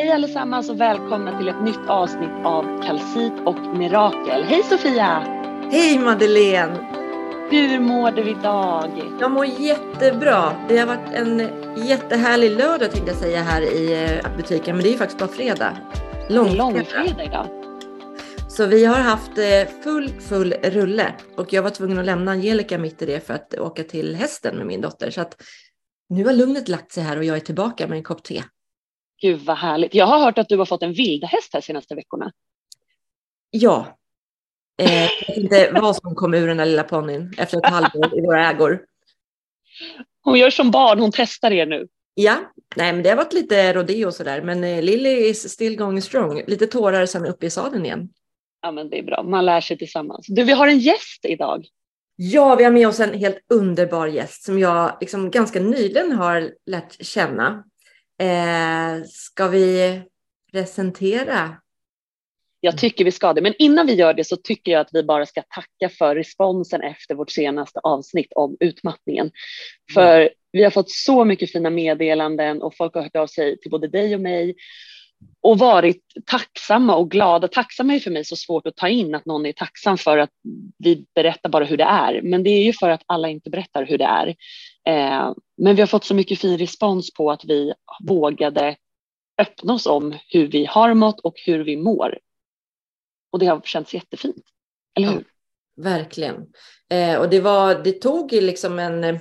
Hej allesammans och välkomna till ett nytt avsnitt av Kalsit och Mirakel. Hej Sofia! Hej Madeleine! Hur mår du idag? Jag mår jättebra. Det har varit en jättehärlig lördag tänkte jag säga här i butiken. Men det är ju faktiskt bara fredag. Långfredag idag. Så vi har haft full rulle. Och jag var tvungen att lämna Angelica mitt i det för att åka till hästen med min dotter. Så att nu har lugnet lagt sig här och jag är tillbaka med en kopp te. Gud vad härligt. Jag har hört att du har fått en vildhäst här senaste veckorna. Ja. Jag vet inte vad som kom ur den där lilla ponnyn efter ett halvår i våra ägor. Hon gör som barn, hon testar er nu. Ja, nej men det har varit lite rodeo och sådär. Men Lily is still going strong. Lite tårar sen uppe i sadeln igen. Ja men det är bra, man lär sig tillsammans. Du, vi har en gäst idag. Ja, vi har med oss en helt underbar gäst som jag liksom ganska nyligen har lärt känna. Ska vi presentera? Jag tycker vi ska det, men innan vi gör det så tycker jag att vi bara ska tacka för responsen efter vårt senaste avsnitt om utmattningen. För vi har fått så mycket fina meddelanden och folk har hört av sig till både dig och mig och varit tacksamma och glada. Tacksamma är för mig så svårt att ta in, att någon är tacksam för att vi berättar bara hur det är. Men det är ju för att alla inte berättar hur det är. Men vi har fått så mycket fin respons på att vi vågade öppna oss om hur vi har mått och hur vi mår. Och det har känts jättefint, eller hur? Ja, verkligen. Och det tog liksom en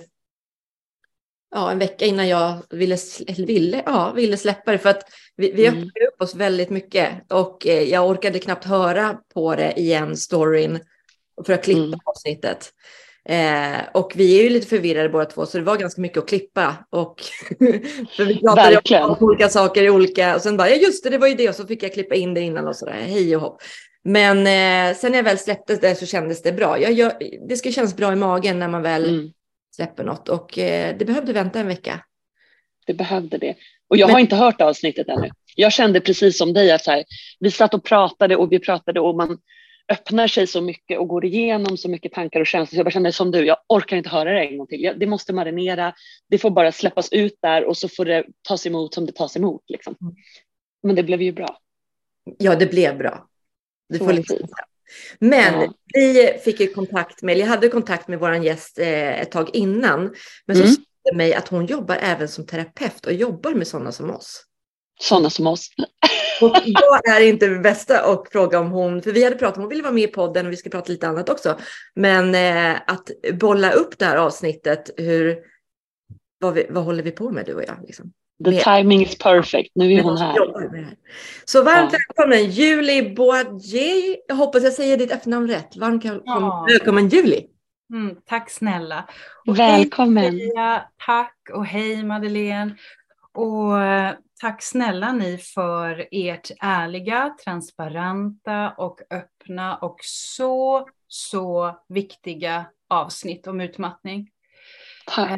vecka innan jag ville släppa det. För att vi öppnade upp oss väldigt mycket. Och jag orkade knappt höra på det igen, storyn, för att klippa avsnittet. Och vi är ju lite förvirrade båda två, så det var ganska mycket att klippa. Och för vi pratade om olika saker i olika. Och sen bara, ja just det var ju det. Och så fick jag klippa in det innan och sådär, hej och hopp. Men sen när jag väl släppte det så kändes det bra. Det ska kännas bra i magen när man väl släpper något. Och det behövde vänta en vecka. Det behövde det. Och jag har inte hört avsnittet ännu. Jag kände precis som dig att så här, vi satt och pratade och man öppnar sig så mycket och går igenom så mycket tankar och känslor. Så jag bara kände som du, jag orkar inte höra det en gång till. Det måste marinera. Det får bara släppas ut där och så får det tas emot som det tas emot. Liksom. Men det blev ju bra. Ja, det blev bra. Det får liksom. Men vi fick ju jag hade kontakt med våran gäst ett tag innan. Men så sa det mig att hon jobbar även som terapeut och jobbar med sådana som oss. Sådana som oss. Och jag är inte det bästa att fråga om hon, för vi hade pratat om hon ville vara med i podden och vi ska prata lite annat också. Men att bolla upp det här avsnittet, vad håller vi på med du och jag liksom? The timing is perfect. Nu är hon här. Så varmt välkommen Julie Boadier. Jag hoppas jag säger ditt efternamn rätt. Välkommen Julie. Tack snälla. Och välkommen. Hej Maria, tack och hej Madeleine. Och tack snälla ni för ert ärliga, transparenta och öppna och så viktiga avsnitt om utmattning. Tack.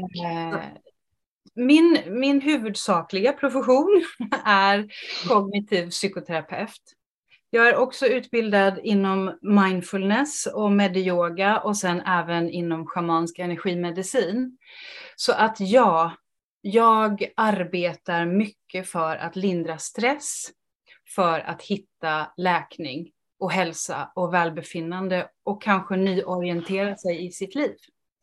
Min huvudsakliga profession är kognitiv psykoterapeut. Jag är också utbildad inom mindfulness och medyoga och sen även inom schamansk energimedicin. Så att jag arbetar mycket för att lindra stress, för att hitta läkning och hälsa och välbefinnande och kanske nyorientera sig i sitt liv.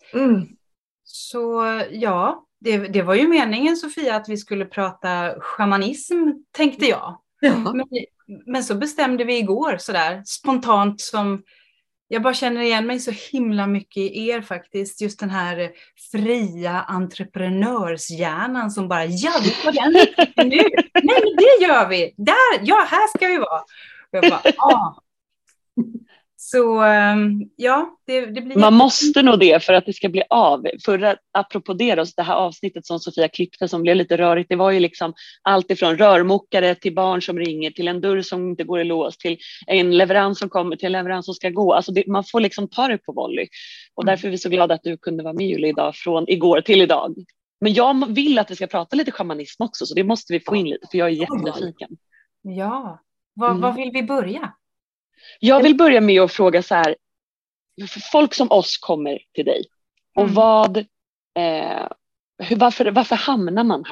Så ja, det var ju meningen Sofia att vi skulle prata shamanism tänkte jag. Ja. Men så bestämde vi igår sådär spontant som jag bara känner igen mig så himla mycket i er faktiskt. Just den här fria entreprenörshjärnan som bara, ja vi tar den nu. Nej men det gör vi. Här ska vi vara. Och jag bara, Så det blir... Man måste nog det för att det ska bli av. Apropå det här avsnittet som Sofia klippte som blev lite rörigt. Det var ju liksom allt ifrån rörmokare till barn som ringer. Till en dörr som inte går i lås. Till en leverans som kommer till en leverans som ska gå. Alltså man får liksom ta det på volley. Och därför är vi så glada att du kunde vara med Julie idag. Från igår till idag. Men jag vill att vi ska prata lite shamanism också. Så det måste vi få in lite. För jag är jättenyfiken. Ja, vad vill vi börja? Jag vill börja med att fråga så här, folk som oss kommer till dig och varför hamnar man här?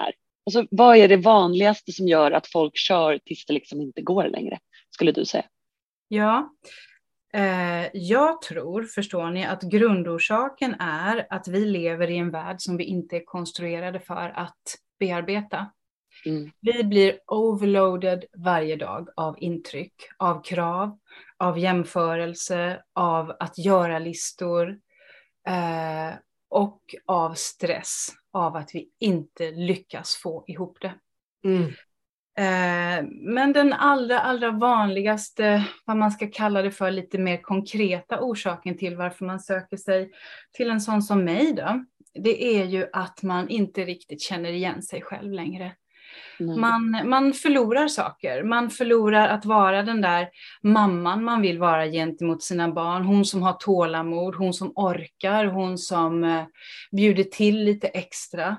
Alltså, vad är det vanligaste som gör att folk kör tills det liksom inte går längre, skulle du säga? Ja, jag tror, förstår ni, att grundorsaken är att vi lever i en värld som vi inte är konstruerade för att bearbeta. Mm. Vi blir overloaded varje dag av intryck, av krav, av jämförelse, av att göra listor och av stress, av att vi inte lyckas få ihop det. Mm. Men den allra vanligaste, vad man ska kalla det för, lite mer konkreta orsaken till varför man söker sig till en sån som mig då, det är ju att man inte riktigt känner igen sig själv längre. Man förlorar saker. Man förlorar att vara den där mamman man vill vara gentemot sina barn. Hon som har tålamod, hon som orkar, hon som bjuder till lite extra.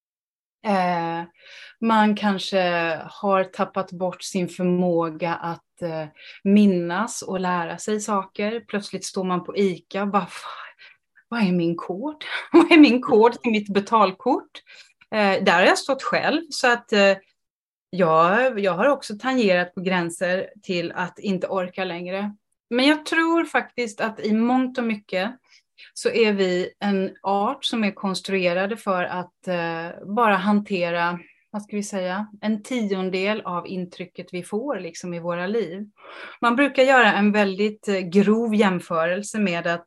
Man kanske har tappat bort sin förmåga att minnas och lära sig saker. Plötsligt står man på ICA och bara, vad är min kod? Vad är min kod till mitt betalkort? Där har jag stått själv, så att jag har också tangerat på gränser till att inte orka längre. Men jag tror faktiskt att i mångt och mycket så är vi en art som är konstruerade för att bara hantera, vad ska vi säga, en 10-del av intrycket vi får liksom i våra liv. Man brukar göra en väldigt grov jämförelse med att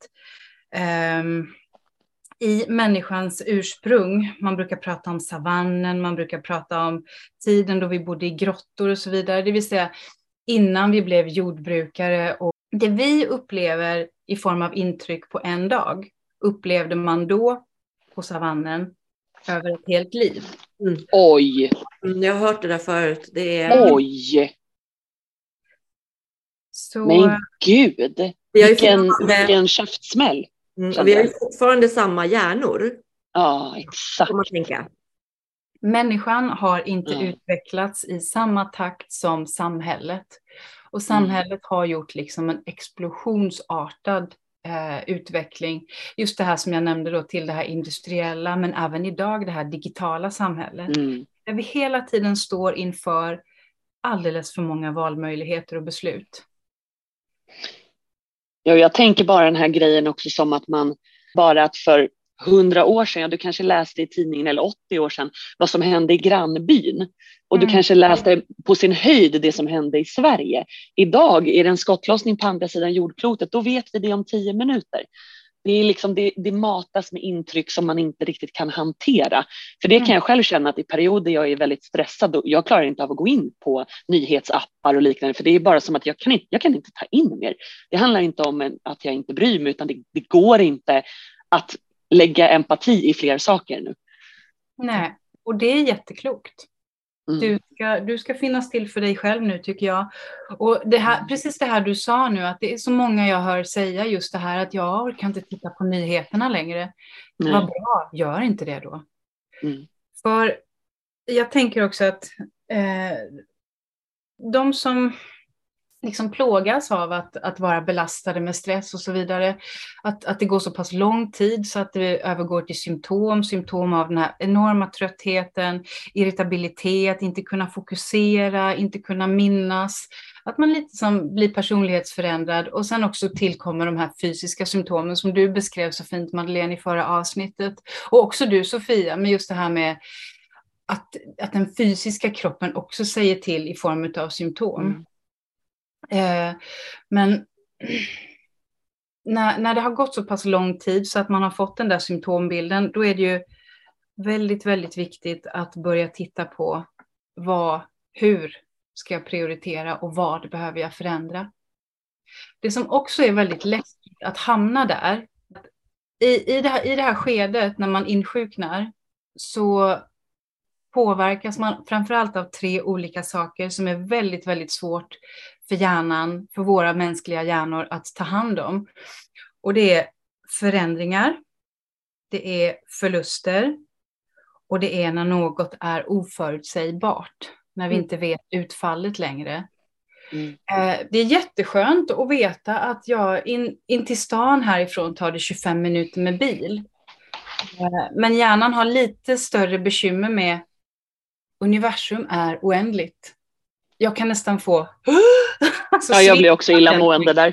i människans ursprung, man brukar prata om savannen, man brukar prata om tiden då vi bodde i grottor och så vidare, det vill säga innan vi blev jordbrukare, och det vi upplever i form av intryck på en dag upplevde man då på savannen över ett helt liv. Mm. Oj! Jag har hört det där förut. Det är... Oj! Så... Men gud! Vilken käftsmäll! Och vi har ju fortfarande samma hjärnor. Ja, exakt. Man tänka. Människan har inte utvecklats i samma takt som samhället. Och samhället har gjort liksom en explosionsartad utveckling. Just det här som jag nämnde då, till det här industriella, men även idag det här digitala samhället. Där vi hela tiden står inför alldeles för många valmöjligheter och beslut. Ja, jag tänker bara den här grejen också som att man bara att för 100 år sedan, ja, du kanske läste i tidningen, eller 80 år sedan, vad som hände i grannbyn. Och du kanske läste på sin höjd det som hände i Sverige. Idag är det en skottlossning på andra sidan jordklotet, då vet vi det om 10 minuter. Det är liksom, det matas med intryck som man inte riktigt kan hantera. För det kan jag själv känna att i perioder jag är väldigt stressad och jag klarar inte av att gå in på nyhetsappar och liknande. För det är bara som att jag kan inte ta in mer. Det handlar inte om att jag inte bryr mig, utan det går inte att lägga empati i fler saker nu. Nej, och det är jätteklokt. Du ska finnas till för dig själv nu, tycker jag. Och det här, precis det här du sa nu, att det är så många jag hör säga just det här att jag orkar inte titta på nyheterna längre. Vad bra, gör inte det då. För jag tänker också att de som liksom plågas av att vara belastade med stress och så vidare, att det går så pass lång tid så att det övergår till symptom av den här enorma tröttheten, irritabilitet, inte kunna fokusera, inte kunna minnas, att man lite som blir personlighetsförändrad, och sen också tillkommer de här fysiska symptomen som du beskrev så fint, Madeleine, i förra avsnittet, och också du, Sofia, med just det här med att den fysiska kroppen också säger till i form av symptom. Men när det har gått så pass lång tid så att man har fått den där symptombilden, då är det ju väldigt, väldigt viktigt att börja titta på hur ska jag prioritera och vad behöver jag förändra. Det som också är väldigt läskigt att hamna där, i det här skedet när man insjuknar, så påverkas man framförallt av 3 olika saker som är väldigt, väldigt svårt för hjärnan, för våra mänskliga hjärnor att ta hand om. Och det är förändringar, det är förluster, och det är när något är oförutsägbart, när vi inte vet utfallet längre. Det är jätteskönt att veta att jag in till stan härifrån tar det 25 minuter med bil. Men hjärnan har lite större bekymmer med universum är oändligt. Jag kan nästan få... Alltså, ja, jag blir också illamående där.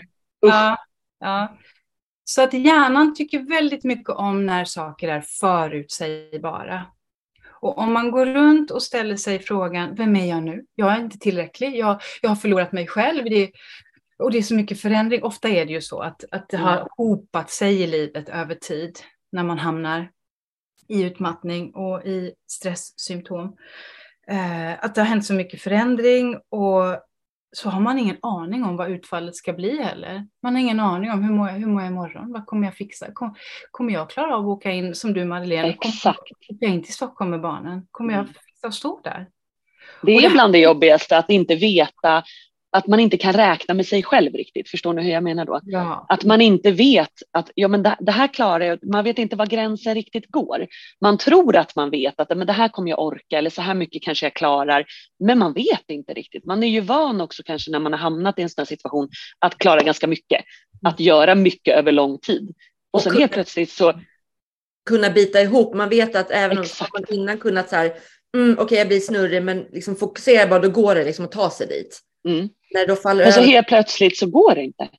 Ja. Så att hjärnan tycker väldigt mycket om när saker är förutsägbara. Och om man går runt och ställer sig frågan, vem är jag nu? Jag är inte tillräcklig, jag har förlorat mig själv. Och det är så mycket förändring. Ofta är det ju så att det har hopat sig i livet över tid när man hamnar i utmattning och i stresssymptom. Att det har hänt så mycket förändring och så har man ingen aning om vad utfallet ska bli heller. Man har ingen aning om hur mår jag imorgon, vad kommer jag fixa? Kommer jag klara av att åka in som du Madeleine? Exakt. Åka in till Stockholm med barnen? Kommer jag fixa att stå där? Det är bland det jobbigaste att inte veta, att man inte kan räkna med sig själv riktigt. Förstår ni hur jag menar då? Ja. Att man inte vet att men det här klarar jag. Man vet inte var gränsen riktigt går. Man tror att man vet att men det här kommer jag orka eller så här mycket kanske jag klarar. Men man vet inte riktigt. Man är ju van också kanske när man har hamnat i en sån här situation att klara ganska mycket. Att göra mycket över lång tid. Och sen helt plötsligt så... Kunna bita ihop. Man vet att även om man innan kunnat så här, okej, jag blir snurrig men liksom fokusera bara, då går det liksom att ta sig dit. När då faller men så helt plötsligt så går det inte.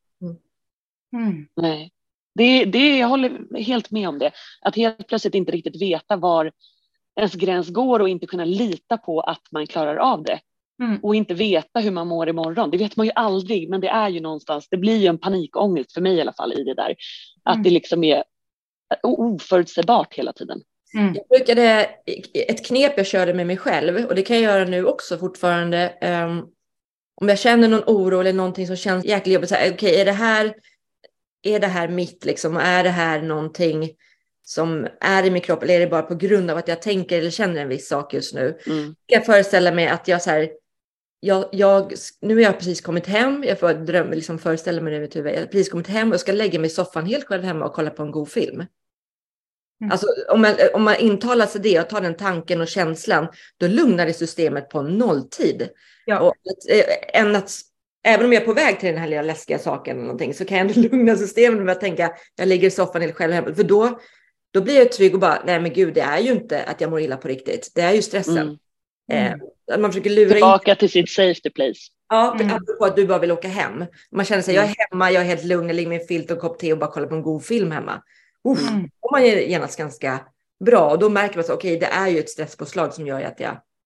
Nej. Jag håller helt med om det. Att helt plötsligt inte riktigt veta var ens gräns går och inte kunna lita på att man klarar av det. Och inte veta hur man mår imorgon. Det vet man ju aldrig, men det är ju någonstans, det blir ju en panikångest för mig i alla fall i det där. Att det liksom är oförutsägbart hela tiden. Jag brukade, ett knep jag körde med mig själv, och det kan jag göra nu också fortfarande, om jag känner någon oro eller någonting som känns jäkligt jobbigt, så här, okej, är det här mitt liksom, är det här någonting som är i min kropp, eller är det bara på grund av att jag tänker eller känner en viss sak just nu? Jag föreställer mig att jag så här, nu har jag precis kommit hem, jag får liksom föreställa mig det i mitt huvud, jag har precis kommit hem och jag ska lägga mig i soffan helt själv hemma och kolla på en god film. Alltså om man intalar sig det och tar den tanken och känslan, då lugnar det systemet på nolltid. Ja. Och även om jag är på väg till den här lilla läskiga saken eller någonting, så kan jag ändå lugna systemet med att tänka, jag ligger i soffan helt själv hemma. För då blir jag trygg och bara, nej men gud, det är ju inte att jag mår illa på riktigt. Det är ju stressen. Man försöker lura tillbaka till sitt safety place. Ja, apropå att du bara vill åka hem. Man känner sig, jag är hemma, jag är helt lugn, jag ligger med en filt och en kopp te och bara kollar på en god film hemma. Och man är genast ganska bra. Och då märker man så, okej, det är ju ett stresspåslag som gör att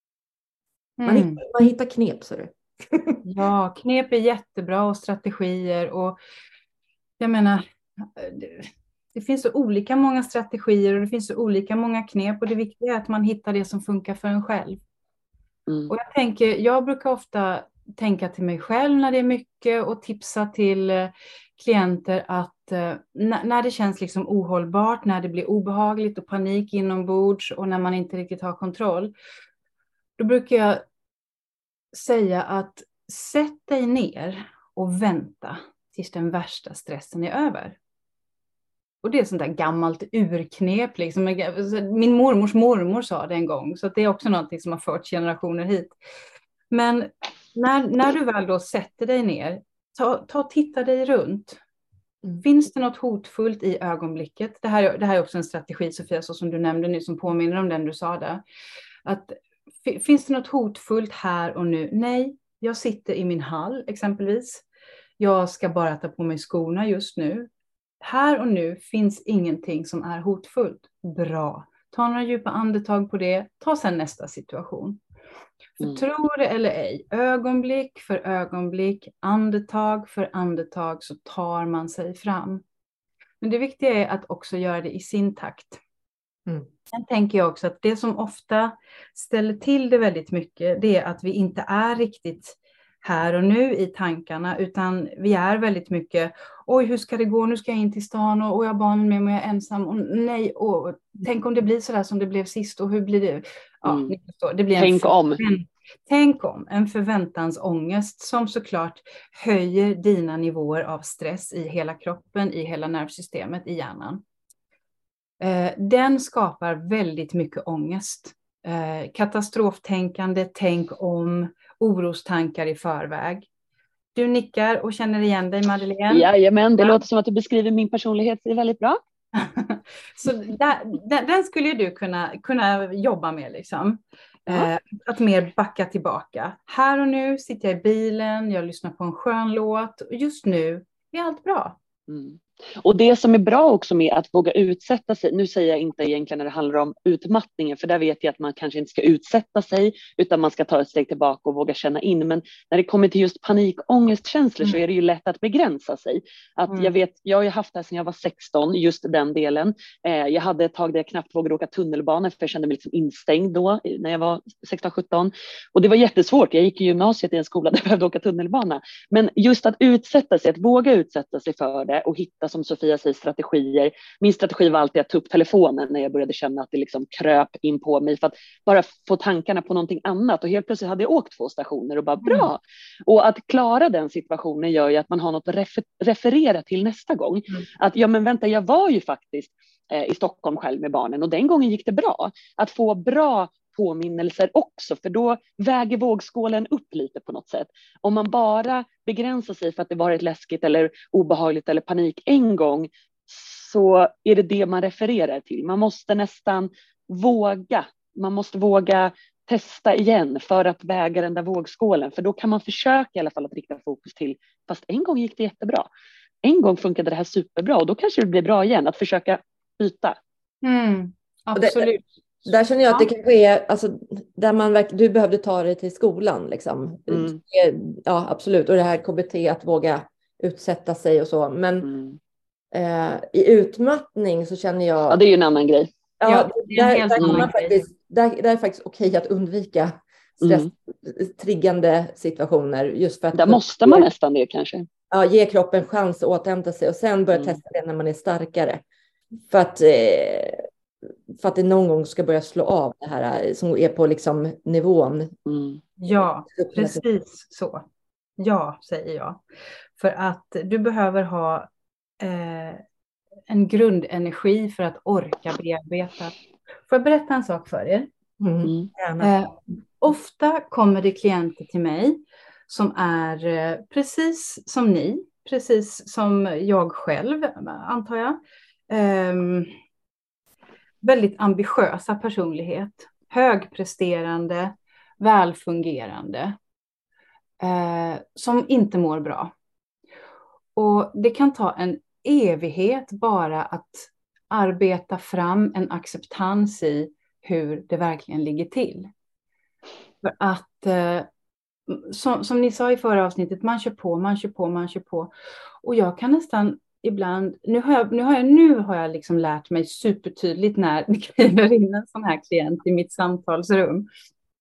man hittar knep, så du. Ja, knep är jättebra och strategier. Och jag menar, det finns så olika många strategier och det finns så olika många knep. Och det viktiga är att man hittar det som funkar för en själv. Och jag brukar ofta tänka till mig själv när det är mycket och tipsa till klienter att när det känns liksom ohållbart, när det blir obehagligt och panik inombords och när man inte riktigt har kontroll, då brukar jag säga att sätt dig ner och vänta tills den värsta stressen är över. Och det är sånt där gammalt urknep. Liksom. Min mormors mormor sa det en gång, så det är också någonting som har fört generationer hit. Men när du väl då sätter dig ner, ta och titta dig runt. Finns det något hotfullt i ögonblicket? Det här är också en strategi, Sofia, så som du nämnde nu, som påminner om den du sa där. Att, finns det något hotfullt här och nu? Nej, jag sitter i min hall exempelvis. Jag ska bara ta på mig skorna just nu. Här och nu finns ingenting som är hotfullt. Bra. Ta några djupa andetag på det. Ta sedan nästa situation. För tro det eller ej, ögonblick för ögonblick, andetag för andetag, så tar man sig fram. Men det viktiga är att också göra det i sin takt. Sen tänker jag också att det som ofta ställer till det väldigt mycket, det är att vi inte är riktigt här och nu i tankarna, utan vi är väldigt mycket, oj, hur ska det gå, nu ska jag in till stan och jag har barnen med mig, jag är ensam och nej, och tänk om det blir sådär som det blev sist och hur blir det? Ja, ni förstår, det blir Tänk om, en förväntansångest som såklart höjer dina nivåer av stress i hela kroppen, i hela nervsystemet, i hjärnan. Den skapar väldigt mycket ångest. Katastroftänkande, tänk om, orostankar i förväg. Du nickar och känner igen dig, Madeleine. Jajamän, det låter som att du beskriver min personlighet, det är väldigt bra. Så den skulle du kunna jobba med liksom. Att mer backa tillbaka. Här och nu sitter jag i bilen, jag lyssnar på en skön låt. Och just nu är allt bra. Mm. Och det som är bra också med att våga utsätta sig, nu säger jag inte egentligen när det handlar om utmattningen, för där vet jag att man kanske inte ska utsätta sig, utan man ska ta ett steg tillbaka och våga känna in. Men när det kommer till just panikångestkänslor så är det ju lätt att begränsa sig. Att jag har ju haft det här sedan jag var 16, just den delen. Jag hade ett tag där jag knappt vågade åka tunnelbana, för jag kände mig liksom instängd då när jag var 16-17. Och det var jättesvårt. Jag gick i gymnasiet i en skola där jag behövde åka tunnelbana. Men just att utsätta sig, att våga utsätta sig för det och hitta, som Sofia säger, strategier. Min strategi var alltid att ta upp telefonen när jag började känna att det liksom kröp in på mig, för att bara få tankarna på någonting annat. Och helt plötsligt hade jag åkt 2 stationer och bara bra. Och att klara den situationen gör ju att man har något referera till nästa gång. Att ja, men vänta, jag var ju faktiskt i Stockholm själv med barnen och den gången gick det bra. Att få bra påminnelser också, för då väger vågskålen upp lite på något sätt. Om man bara begränsar sig för att det varit läskigt eller obehagligt eller panik en gång, så är det man refererar till. Man måste nästan våga. Man måste våga testa igen för att väga den där vågskålen, för då kan man försöka i alla fall att rikta fokus till, fast en gång gick det jättebra. En gång funkade det här superbra och då kanske det blir bra igen, att försöka byta. Absolut. Där känner jag att det kanske är, alltså, där du behövde ta dig till skolan liksom. Ja, absolut. Och det här KBT, att våga utsätta sig och så. Men i utmattning så känner jag... Ja, det är ju en annan grej. Ja, där är det faktiskt okej att undvika stresstriggande situationer. Just för att där måste man nästan det kanske. Ja, ge kroppen chans att återhämta sig och sen börja testa det när man är starkare. För att det någon gång ska börja slå av det här som är på liksom nivån. Ja, precis så. Ja, säger jag. För att du behöver ha en grundenergi för att orka bearbeta. Får jag berätta en sak för er? Ofta kommer det klienter till mig som är precis som ni, precis som jag själv, antar jag. Väldigt ambitiösa personlighet, högpresterande, välfungerande, som inte mår bra. Och det kan ta en evighet bara att arbeta fram en acceptans i hur det verkligen ligger till. För att, som ni sa i förra avsnittet, man kör på. Och jag kan nästan ibland, nu har jag liksom lärt mig supertydligt när det kliver in en sån här klient i mitt samtalsrum.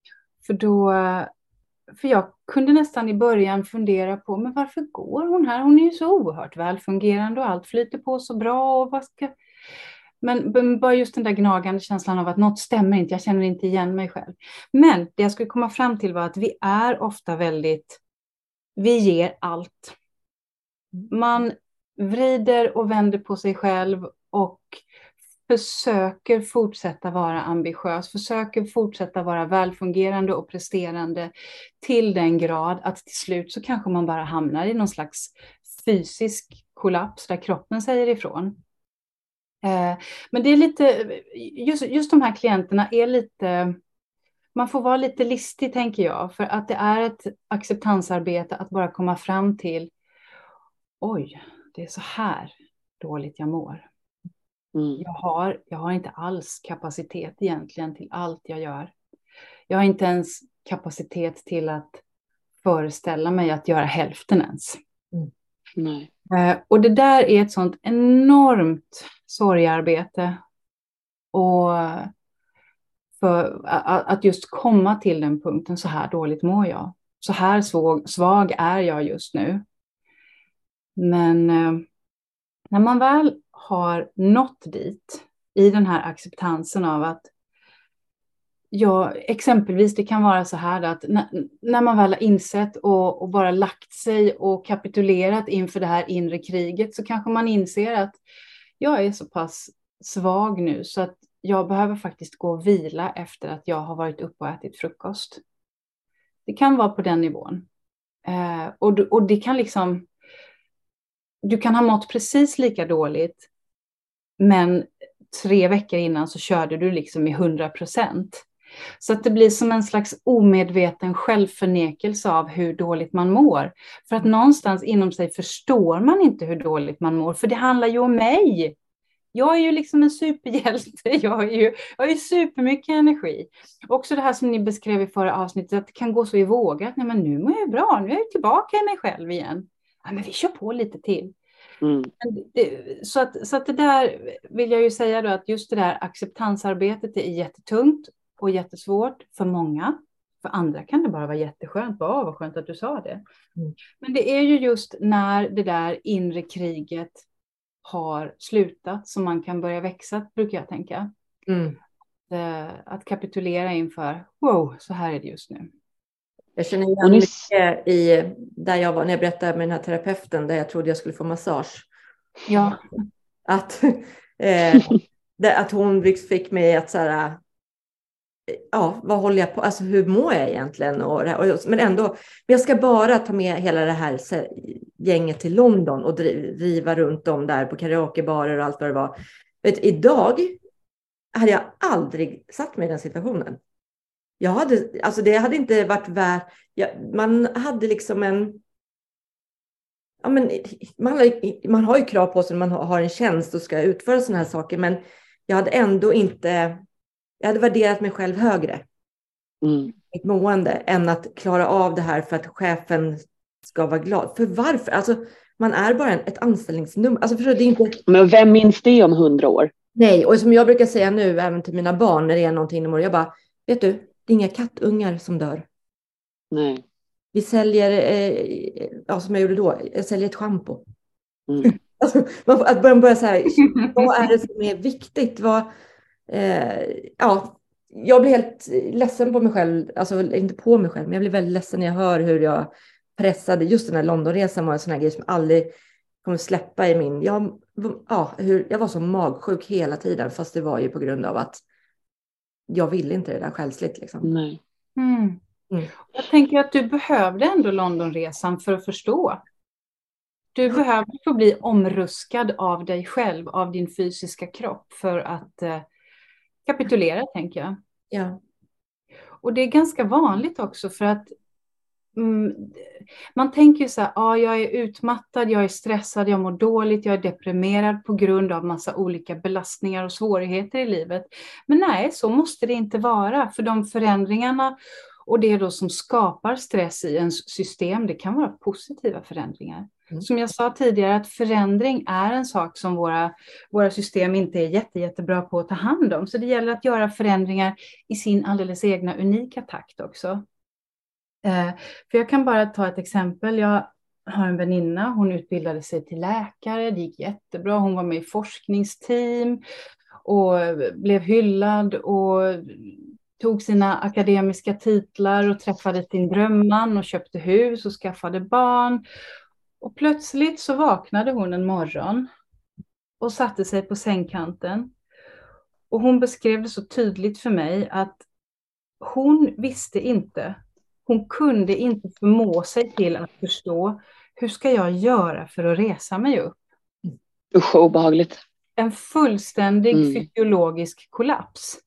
För jag kunde nästan i början fundera på, men varför går hon här? Hon är ju så oerhört välfungerande och allt flyter på så bra. Och men bara just den där gnagande känslan av att något stämmer inte, jag känner inte igen mig själv. Men det jag skulle komma fram till var att vi är ofta vi ger allt. Man vrider och vänder på sig själv och försöker fortsätta vara ambitiös, försöker fortsätta vara välfungerande och presterande till den grad att till slut så kanske man bara hamnar i någon slags fysisk kollaps där kroppen säger ifrån. Men det är lite, just de här klienterna är lite, man får vara lite listig tänker jag, för att det är ett acceptansarbete att bara komma fram till, oj, det är så här dåligt jag mår. Jag har inte alls kapacitet egentligen till allt jag gör. Jag har inte ens kapacitet till att föreställa mig att göra hälften ens. Nej. Och det där är ett sånt enormt sorgarbete. Och för att just komma till den punkten, så här dåligt mår jag. Så här svag är jag just nu. Men när man väl har nått dit i den här acceptansen av att exempelvis det kan vara så här att när man väl har insett och bara lagt sig och kapitulerat inför det här inre kriget, så kanske man inser att jag är så pass svag nu så att jag behöver faktiskt gå och vila efter att jag har varit uppe och ätit frukost. Det kan vara på den nivån. Och det kan liksom, du kan ha mått precis lika dåligt, men 3 veckor innan så körde du liksom i 100%. Så att det blir som en slags omedveten självförnekelse av hur dåligt man mår. För att någonstans inom sig förstår man inte hur dåligt man mår. För det handlar ju om mig. Jag är ju liksom en superhjälte. Jag har ju supermycket energi. Också det här som ni beskrev i förra avsnittet. Att det kan gå så i vågor. Nej, men nu mår jag bra. Nu är jag tillbaka i mig själv igen. Ja, men vi kör på lite till. Så att det där vill jag ju säga då, att just det där acceptansarbetet är jättetungt och jättesvårt för många. För andra kan det bara vara jätteskönt. Vad skönt att du sa det. Men det är ju just när det där inre kriget har slutat som man kan börja växa, brukar jag tänka. Att kapitulera inför, wow, så här är det just nu. Jag känner igen mycket där jag var när jag berättade med den här terapeuten där jag trodde jag skulle få massage. Ja. Att hon fick mig att så här, vad håller jag på, alltså hur mår jag egentligen? Men ändå, jag ska bara ta med hela det här gänget till London och driva runt om där på karaokebarer och allt vad det var. Idag hade jag aldrig satt mig i den situationen. Det hade inte varit värt, man hade liksom man har ju krav på sig när man har en tjänst och ska utföra såna här saker, men jag hade ändå inte, jag hade värderat mig själv högre. Ett mående än att klara av det här för att chefen ska vara glad. För varför? Alltså, man är bara ett anställningsnummer. Alltså, förstår du, det är inte... Men vem minns det om 100 år? Nej, och som jag brukar säga nu, även till mina barn när det är någonting imorgon, jag bara, vet du, det är inga kattungar som dör. Nej. Vi säljer, som jag gjorde då, jag säljer ett shampoo. Alltså, att börja så här, vad är det som är viktigt? Jag blir helt ledsen på mig själv, alltså inte på mig själv, men jag blir väldigt ledsen när jag hör hur jag pressade, just den här Londonresan var en sån här grej som aldrig kommer släppa i min, jag var så magsjuk hela tiden, fast det var ju på grund av att jag ville inte det där själsligt liksom. Nej. Jag tänker att du behövde ändå Londonresan för att förstå. Du behövde få bli omruskad av dig själv, av din fysiska kropp för att kapitulera, tänker jag. Ja. Och det är ganska vanligt också för att man tänker ju så här, jag är utmattad, jag är stressad, jag mår dåligt, jag är deprimerad på grund av massa olika belastningar och svårigheter i livet. Men nej, så måste det inte vara, för de förändringarna och det då som skapar stress i ens system, det kan vara positiva förändringar. Som jag sa tidigare, att förändring är en sak som våra system inte är jättebra på att ta hand om. Så det gäller att göra förändringar i sin alldeles egna unika takt också. För jag kan bara ta ett exempel. Jag har en väninna, hon utbildade sig till läkare, det gick jättebra. Hon var med i forskningsteam och blev hyllad och tog sina akademiska titlar och träffade sin drömman och köpte hus och skaffade barn. Och plötsligt så vaknade hon en morgon och satte sig på sängkanten. Och hon beskrev det så tydligt för mig att hon visste inte, hon kunde inte förmå sig till att förstå, hur ska jag göra för att resa mig upp? Usch, obehagligt. En fullständig fysiologisk kollaps.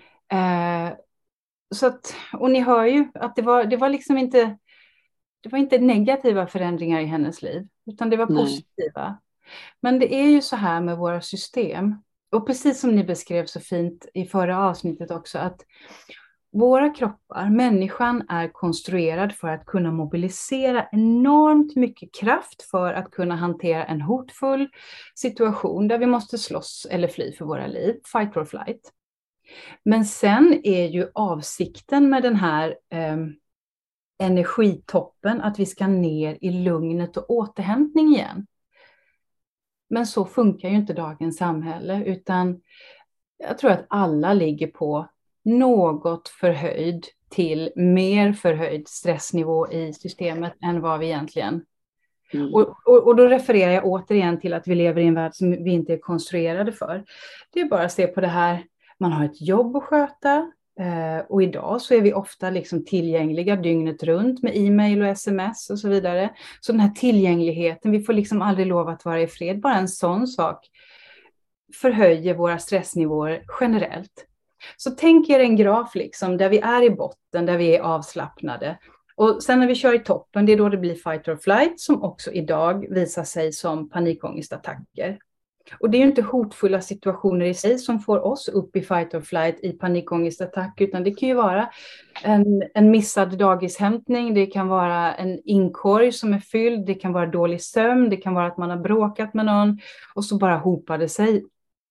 Så att, och ni hör ju att det var liksom inte, det var inte negativa förändringar i hennes liv, utan det var positiva. Men det är ju så här med våra system. Och precis som ni beskrev så fint i förra avsnittet också, att våra kroppar, människan, är konstruerad för att kunna mobilisera enormt mycket kraft för att kunna hantera en hotfull situation där vi måste slåss eller fly för våra liv, fight or flight. Men sen är ju avsikten med den här energitoppen att vi ska ner i lugnet och återhämtning igen. Men så funkar ju inte dagens samhälle, utan jag tror att alla ligger på något förhöjd till mer förhöjd stressnivå i systemet än vad vi egentligen. Och då refererar jag återigen till att vi lever i en värld som vi inte är konstruerade för. Det är bara att se på det här, man har ett jobb att sköta. Och idag så är vi ofta liksom tillgängliga dygnet runt med e-mail och sms och så vidare. Så den här tillgängligheten, vi får liksom aldrig lov att vara i fred. Bara en sån sak förhöjer våra stressnivåer generellt. Så tänk er en graf liksom, där vi är i botten, där vi är avslappnade. Och sen när vi kör i toppen, det är då det blir fight or flight, som också idag visar sig som panikångestattacker. Och det är ju inte hotfulla situationer i sig som får oss upp i fight or flight i panikångestattack, utan det kan ju vara en missad dagishämtning, det kan vara en inkorg som är fylld, det kan vara dålig sömn, det kan vara att man har bråkat med någon och så bara hopar det sig.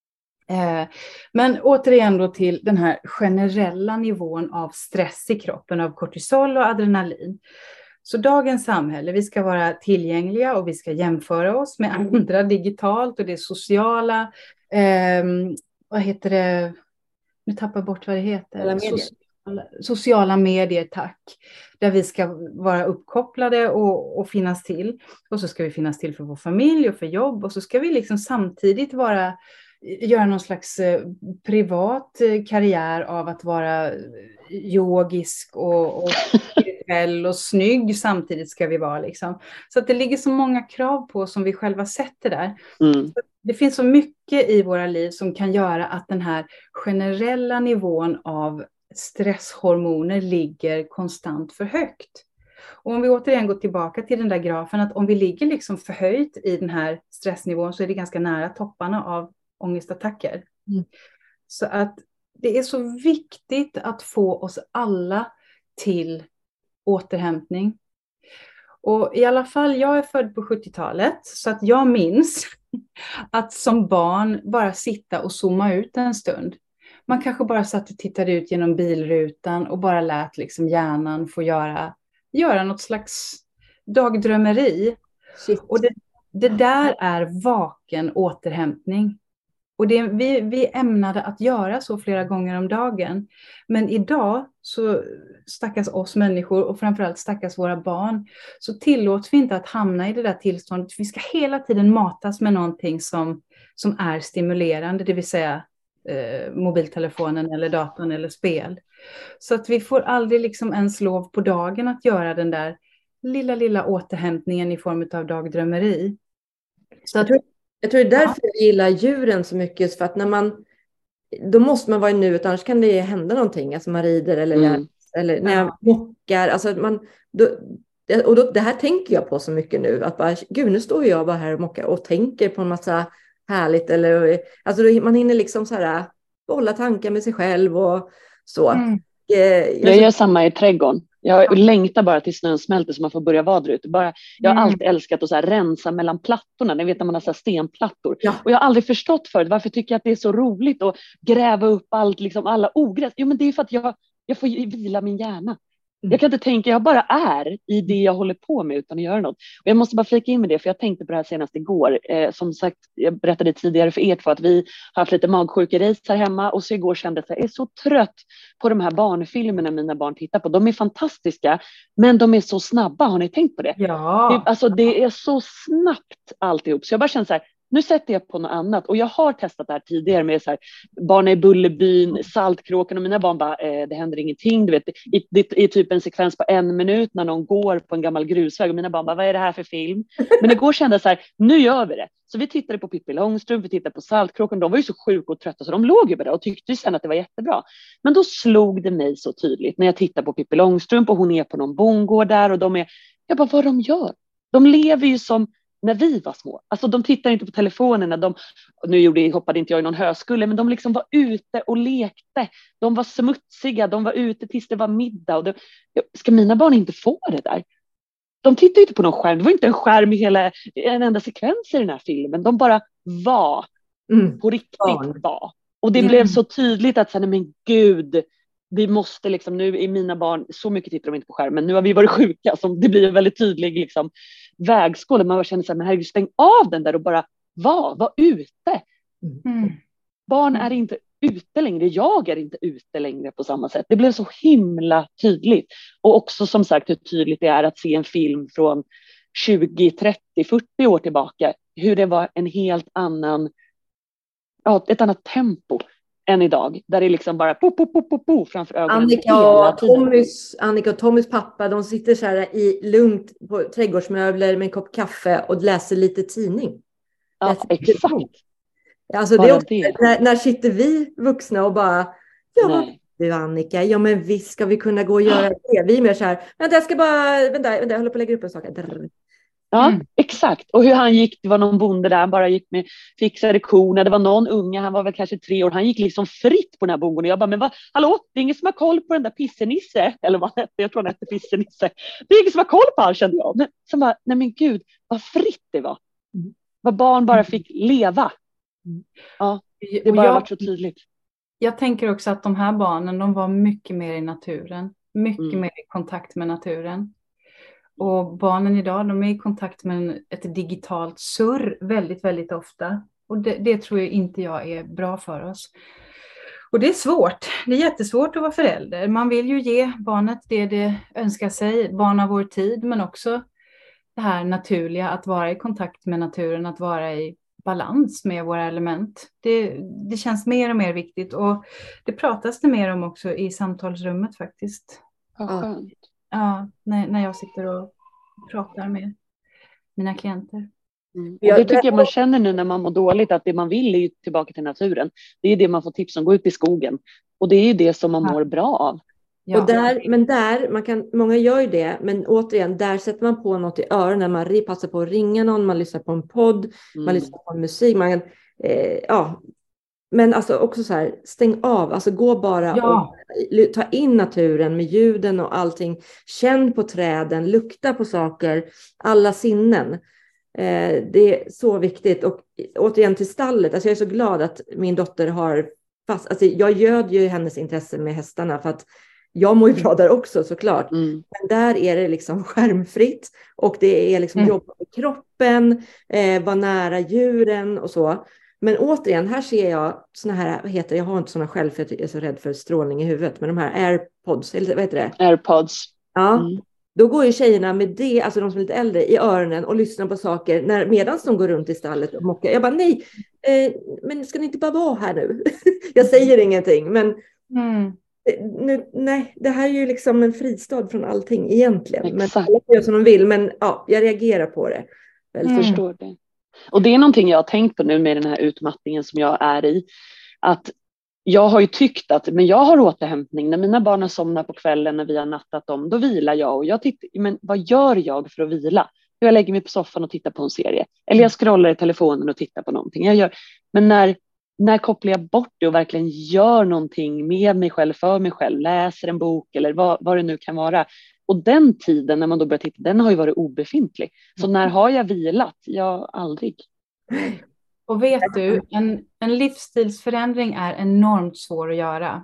Men återigen då till den här generella nivån av stress i kroppen, av kortisol och adrenalin. Så dagens samhälle, vi ska vara tillgängliga och vi ska jämföra oss med andra digitalt, och det sociala, vad heter det, nu tappar jag bort vad det heter. Sociala medier, tack. Där vi ska vara uppkopplade och finnas till. Och så ska vi finnas till för vår familj och för jobb, och så ska vi liksom samtidigt göra någon slags privat karriär av att vara yogisk och spirituell och snygg, samtidigt ska vi vara liksom. Så att det ligger så många krav på som vi själva sätter där. Så det finns så mycket i våra liv som kan göra att den här generella nivån av stresshormoner ligger konstant för högt. Och om vi återigen går tillbaka till den där grafen, att om vi ligger liksom förhöjt i den här stressnivån, så är det ganska nära topparna av ångestattacker. Så att det är så viktigt att få oss alla till återhämtning. Och i alla fall, jag är född på 70-talet, så att jag minns att som barn bara sitta och zooma ut en stund. Man kanske bara satt och tittade ut genom bilrutan och bara lät liksom hjärnan få göra något slags dagdrömmeri. Shit. Och det där är vaken återhämtning. Och vi ämnade att göra så flera gånger om dagen. Men idag, så stackars oss människor och framförallt stackars våra barn, så tillåts vi inte att hamna i det där tillståndet. Vi ska hela tiden matas med någonting som är stimulerande, det vill säga mobiltelefonen eller datorn eller spel. Så att vi får aldrig liksom ens lov på dagen att göra den där lilla återhämtningen i form av dagdrömmeri. Så jag tror det är därför vi gillar djuren så mycket, för att då måste man vara i nuet, annars kan det hända någonting. Alltså man rider eller när jag mockar. Alltså det här tänker jag på så mycket nu. Att bara, gud, nu står jag bara här och mockar och tänker på en massa härligt. Alltså man hinner liksom så här bolla tankar med sig själv och så. Jag gör samma i trädgården. Jag längtar bara till snön smälter så man får börja vara där ute. Jag har alltid älskat att så här rensa mellan plattorna. Ni vet när man har så här stenplattor. Ja. Och jag har aldrig förstått förut varför tycker jag att det är så roligt att gräva upp allt, liksom alla ogräs. Jo, men det är för att jag får vila min hjärna. Jag kan inte tänka, jag bara är i det jag håller på med utan att göra något. Och jag måste bara flika in med det, för jag tänkte på det här senast igår. Som sagt, jag berättade tidigare för er två att vi har haft lite magsjukeris här hemma. Och så igår kände jag att jag är så trött på de här barnfilmerna mina barn tittar på. De är fantastiska, men de är så snabba. Har ni tänkt på det? Ja. Alltså det är så snabbt alltihop. Så jag bara känner så här, nu sätter jag på något annat. Och jag har testat det här tidigare med så här, barn i Bullerbyn, Saltkråkan, och mina barn bara, det händer ingenting. Du vet, det är typ en sekvens på 1 minut när någon går på en gammal grusväg. Och mina barn bara, vad är det här för film? Men igår kände jag så här, nu gör vi det. Så vi tittade på Pippi Långstrump, vi tittade på Saltkråkan. De var ju så sjuka och trötta så de låg ju med det och tyckte sen att det var jättebra. Men då slog det mig så tydligt när jag tittar på Pippi Långstrump och hon är på någon bondgård där och jag bara, vad de gör? De lever ju som när vi var små. Alltså de tittar inte på telefonerna. Nu hoppade inte jag i någon höskulle, men de liksom var ute och lekte. De var smutsiga, de var ute tills det var middag. Ska mina barn inte få det där? De tittar inte på någon skärm. Det var inte en skärm i en enda sekvens i den här filmen. De bara var. På riktigt var. Och det blev så tydligt att, men gud, vi måste liksom, nu är mina barn, så mycket tittar de inte på skärmen. Nu har vi varit sjuka, så det blir en väldigt tydlig liksom vägskål. Man bara känner så här, men herregud, stäng av den där och bara var ute. Barn är inte ute längre. Jag är inte ute längre på samma sätt. Det blev så himla tydligt. Och också som sagt hur tydligt det är att se en film från 20, 30, 40 år tillbaka. Hur det var en helt annan, ett annat tempo än idag. Där det liksom bara po framför ögonen. Annika och Tommys pappa, de sitter så här lugnt på trädgårdsmöbler med en kopp kaffe och läser lite tidning. Ja, exakt. Alltså det är också, när sitter vi vuxna och bara, Ja, du Annika, ja men visst ska vi kunna gå och göra det. Vi är mer så här, vänta jag ska bara, vänta, jag håller på att lägga upp en sak. Ja, exakt. Och hur han gick, det var någon bonde där, han bara gick med fixade korna. Det var någon unge, han var väl kanske 3 år. Han gick liksom fritt på den här bondgården. Och jag bara, men hallå, det är ingen som har koll på den där Pissenisse. Eller vad hette, jag tror han hette Pissenisse. Det är ingen som har koll på han, kände jag. Men så bara, nej men gud, vad fritt det var. Vad barn bara fick leva. Ja, det bara varit så tydligt. Jag tänker också att de här barnen, de var mycket mer i naturen. Mycket mer i kontakt med naturen. Och barnen idag, de är i kontakt med ett digitalt surr väldigt, väldigt ofta. Och det tror jag inte jag är bra för oss. Och det är svårt. Det är jättesvårt att vara förälder. Man vill ju ge barnet det önskar sig. Barn av vår tid, men också det här naturliga. Att vara i kontakt med naturen. Att vara i balans med våra element. Det känns mer och mer viktigt. Och det pratas det mer om också i samtalsrummet faktiskt. Vad skönt. Ja, när jag sitter och pratar med mina klienter. Och det tycker jag man känner nu när man mår dåligt, att det man vill är ju tillbaka till naturen. Det är det man får tips om, gå ut i skogen. Och det är ju det som man mår bra av. Ja. Och många gör ju det, men återigen, där sätter man på något i öronen. Man passar på att ringa någon, man lyssnar på en podd, man lyssnar på musik. Men alltså också så här, stäng av, alltså gå bara och ta in naturen med ljuden och allting. Känn på träden, lukta på saker, alla sinnen. Det är så viktigt. Och återigen till stallet, alltså jag är så glad att min dotter har alltså jag göd ju hennes intresse med hästarna för att jag mår ju bra där också såklart. Men där är det liksom skärmfritt och det är liksom jobba med kroppen, vara nära djuren och så. Men återigen, här ser jag såna här, jag har inte såna själv för jag är så rädd för strålning i huvudet, men de här AirPods, eller vad heter det? AirPods. Ja, då går ju tjejerna med det, alltså de som är lite äldre, i öronen och lyssnar på saker medan de går runt i stallet och mockar. Jag bara, nej, men ska ni inte bara vara här nu? Jag säger ingenting, men nej, det här är ju liksom en fristad från allting egentligen. Exakt. Men alla gör som de vill, men ja, jag reagerar på det. Jag förstår det. Och det är någonting jag har tänkt på nu med den här utmattningen som jag är i. Att jag har ju tyckt att men jag har återhämtning. När mina barn somnar på kvällen när vi har nattat dem, då vilar jag. Och jag tittar, men vad gör jag för att vila? Jag lägger mig på soffan och tittar på en serie. Eller jag scrollar i telefonen och tittar på någonting. Men när kopplar jag bort det och verkligen gör någonting med mig själv, för mig själv, läser en bok eller vad det nu kan vara. Och den tiden när man då börjar titta, den har ju varit obefintlig. Så när har jag vilat? Jag aldrig. Och vet du, en livsstilsförändring är enormt svår att göra.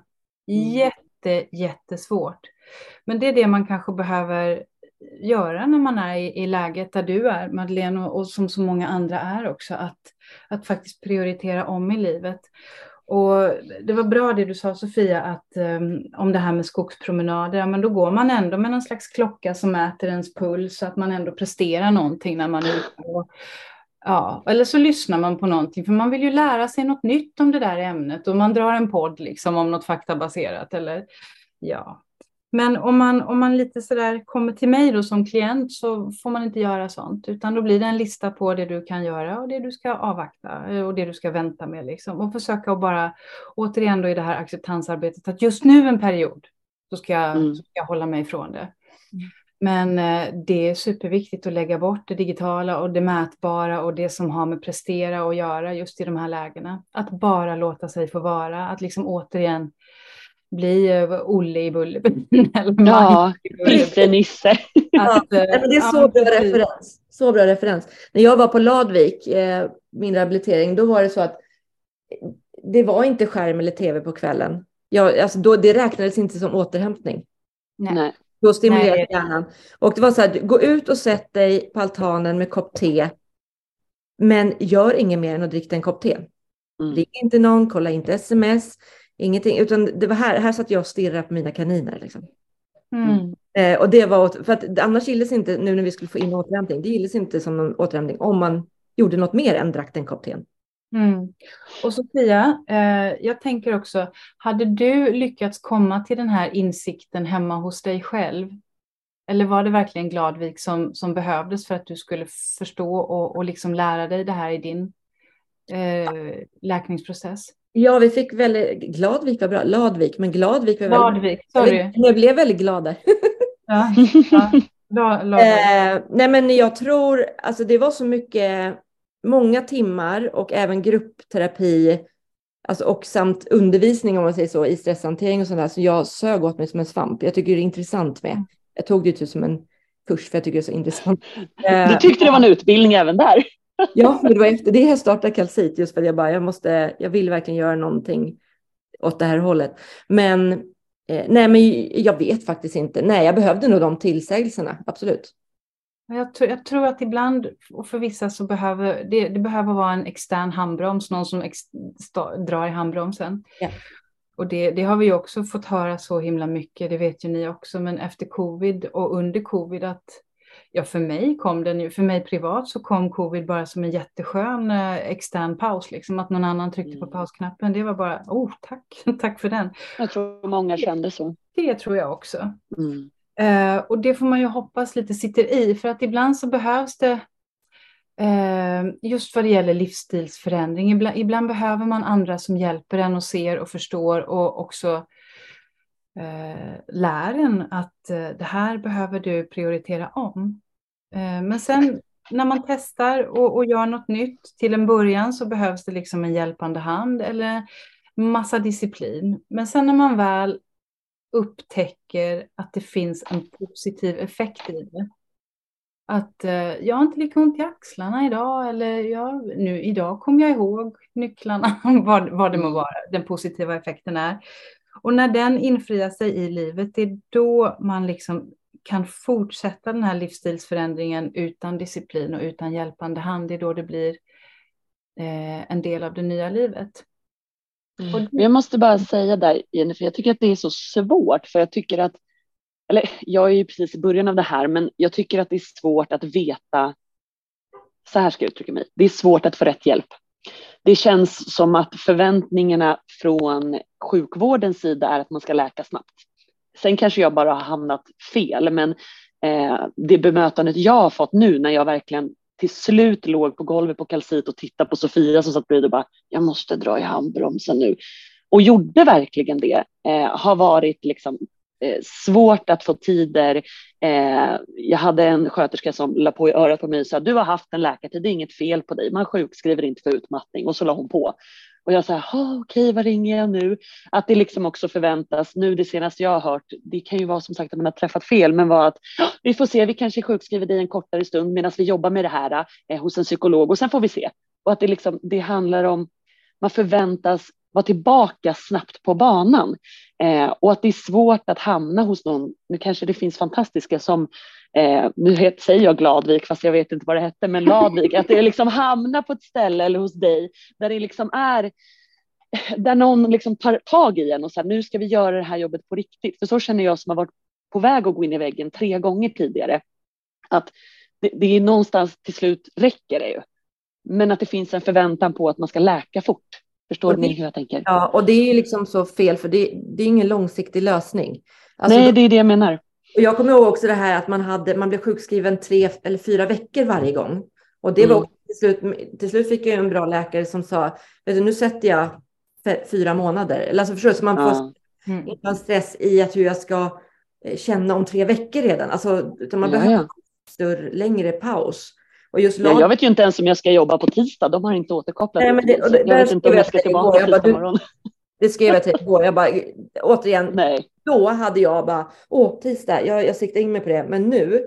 Jättesvårt. Men det är det man kanske behöver göra när man är i läget där du är, Madeleine, och som så många andra är också. Att faktiskt prioritera om i livet. Och det var bra det du sa, Sofia, att om det här med skogspromenader, ja, men då går man ändå med någon slags klocka som mäter ens puls så att man ändå presterar någonting när man är ute. Ja, eller så lyssnar man på någonting, för man vill ju lära sig något nytt om det där ämnet, och man drar en podd liksom om något faktabaserat eller ja. Men om man lite sådär kommer till mig då som klient, så får man inte göra sånt, utan då blir det en lista på det du kan göra och det du ska avvakta och det du ska vänta med liksom, och försöka att bara återigen då i det här acceptansarbetet att just nu en period så ska jag hålla mig ifrån det. Men det är superviktigt att lägga bort det digitala och det mätbara och det som har med prestera att göra just i de här lägena. Att bara låta sig få vara, att liksom återigen bli Olle i Bullerbyn. Ja, Nisse. Ja, det är så bra referens. Så bra referens. När jag var på Ladvik, min rehabilitering, då var det så att det var inte skärm eller tv på kvällen. Det räknades inte som återhämtning. Nej. Då stimulerar hjärnan. Och det var så här, gå ut och sätt dig på altanen med kopp te. Men gör inget mer än att dricka en kopp te. Ring inte någon, kolla inte sms. Ingenting, utan det var här satt jag och stirrade på mina kaniner liksom. Och det var, för att annars gillas inte, nu när vi skulle få in återhämtning, det gillas inte som någon återhämtning om man gjorde något mer än drack en kopp te. Och Sofia, jag tänker också, hade du lyckats komma till den här insikten hemma hos dig själv? Eller var det verkligen Gladvik som behövdes för att du skulle förstå och liksom lära dig det här i din läkningsprocess? Ja, vi fick väldigt, Gladvik var bra, Ladvik, men Gladvik var Gladvik, sorry. Jag blev väldigt glad där. Ja. Nej, men jag tror, alltså det var så mycket, många timmar och även gruppterapi, alltså, och samt undervisning om man säger så, i stresshantering och sånt där, så jag sög åt mig som en svamp. Jag tycker det är intressant med. Jag tog det typ som en kurs för jag tycker det är så intressant. Du tyckte det var en utbildning även där? Ja, men det var efter det jag startade Calcit, just för att jag vill verkligen göra någonting åt det här hållet. Men nej, men jag vet faktiskt inte. Nej, jag behövde nog de tillsägelserna, absolut. Jag tror att ibland, och för vissa så behöver det behöver vara en extern handbroms, någon som drar i handbromsen. Ja. Och det har vi också fått höra så himla mycket, det vet ju ni också, men efter covid och under covid att för mig privat så kom covid bara som en jätteskön extern paus, liksom att någon annan tryckte på pausknappen. Det var bara, tack för den. Jag tror många kände så. Det tror jag också. Och det får man ju hoppas lite sitter i, för att ibland så behövs det, just vad det gäller livsstilsförändring, ibland behöver man andra som hjälper en och ser och förstår och också lär en att det här behöver du prioritera om. Men sen när man testar och gör något nytt, till en början så behövs det liksom en hjälpande hand eller massa disciplin. Men sen när man väl upptäcker att det finns en positiv effekt i det. Att jag har inte lika ont i axlarna idag, eller idag kommer jag ihåg nycklarna, vad det må vara, den positiva effekten är. Och när den infriar sig i livet, det är då man liksom kan fortsätta den här livsstilsförändringen utan disciplin och utan hjälpande hand. Det är då det blir en del av det nya livet. Jag måste bara säga där, Jennifer, jag tycker att det är så svårt, för jag tycker att, eller jag är ju precis i början av det här, men jag tycker att det är svårt att veta, så här ska jag uttrycka mig, det är svårt att få rätt hjälp. Det känns som att förväntningarna från sjukvårdens sida är att man ska läka snabbt. Sen kanske jag bara har hamnat fel, men det bemötandet jag har fått nu när jag verkligen till slut låg på golvet på Calcit och tittade på Sofia som satt bredvid och bara, jag måste dra i handbromsen nu. Och gjorde verkligen det. Har varit liksom svårt att få tider. Jag hade en sköterska som la på i örat på mig och sa, du har haft en läkartid, det är inget fel på dig. Man sjukskriver inte för utmattning. Och så la hon på. Och jag sa, okej, vad ringer jag nu? Att det liksom också förväntas, nu det senaste jag har hört, det kan ju vara som sagt att man har träffat fel, men var att vi får se, vi kanske sjukskriver dig en kortare stund medan vi jobbar med det här hos en psykolog och sen får vi se. Och att det handlar om, man förväntas vara tillbaka snabbt på banan. Och att det är svårt att hamna hos någon, nu kanske det finns fantastiska som, nu säger jag Gladvik fast jag vet inte vad det hette, men Ladvik, att det liksom hamnar på ett ställe eller hos dig där det liksom är, där någon liksom tar tag i en och säger, nu ska vi göra det här jobbet på riktigt. För så känner jag som har varit på väg att gå in i väggen 3 gånger tidigare, att det är någonstans till slut räcker det ju. Men att det finns en förväntan på att man ska läka fort. Förstår ni hur jag tänker? Ja, och det är ju liksom så fel, för det är ingen långsiktig lösning. Alltså, nej, det är det jag menar. Och jag kommer ihåg också det här att man blev sjukskriven 3 eller 4 veckor varje gång. Och det var också till slut fick jag en bra läkare som sa, vet du, nu sätter jag 4 månader. Eller alltså förstår du, så man får inte ha stress i att hur jag ska känna om 3 veckor redan. Alltså, utan man behöver en större, längre paus. Och just jag vet ju inte ens om jag ska jobba på tisdag. De har inte återkopplat. Nej, men jag vet inte om jag ska tillbaka på tisdag morgon. Det skrev jag till igår. Jag bara, återigen, nej. Då hade jag bara, tisdag, jag siktar in mig på det. Men nu,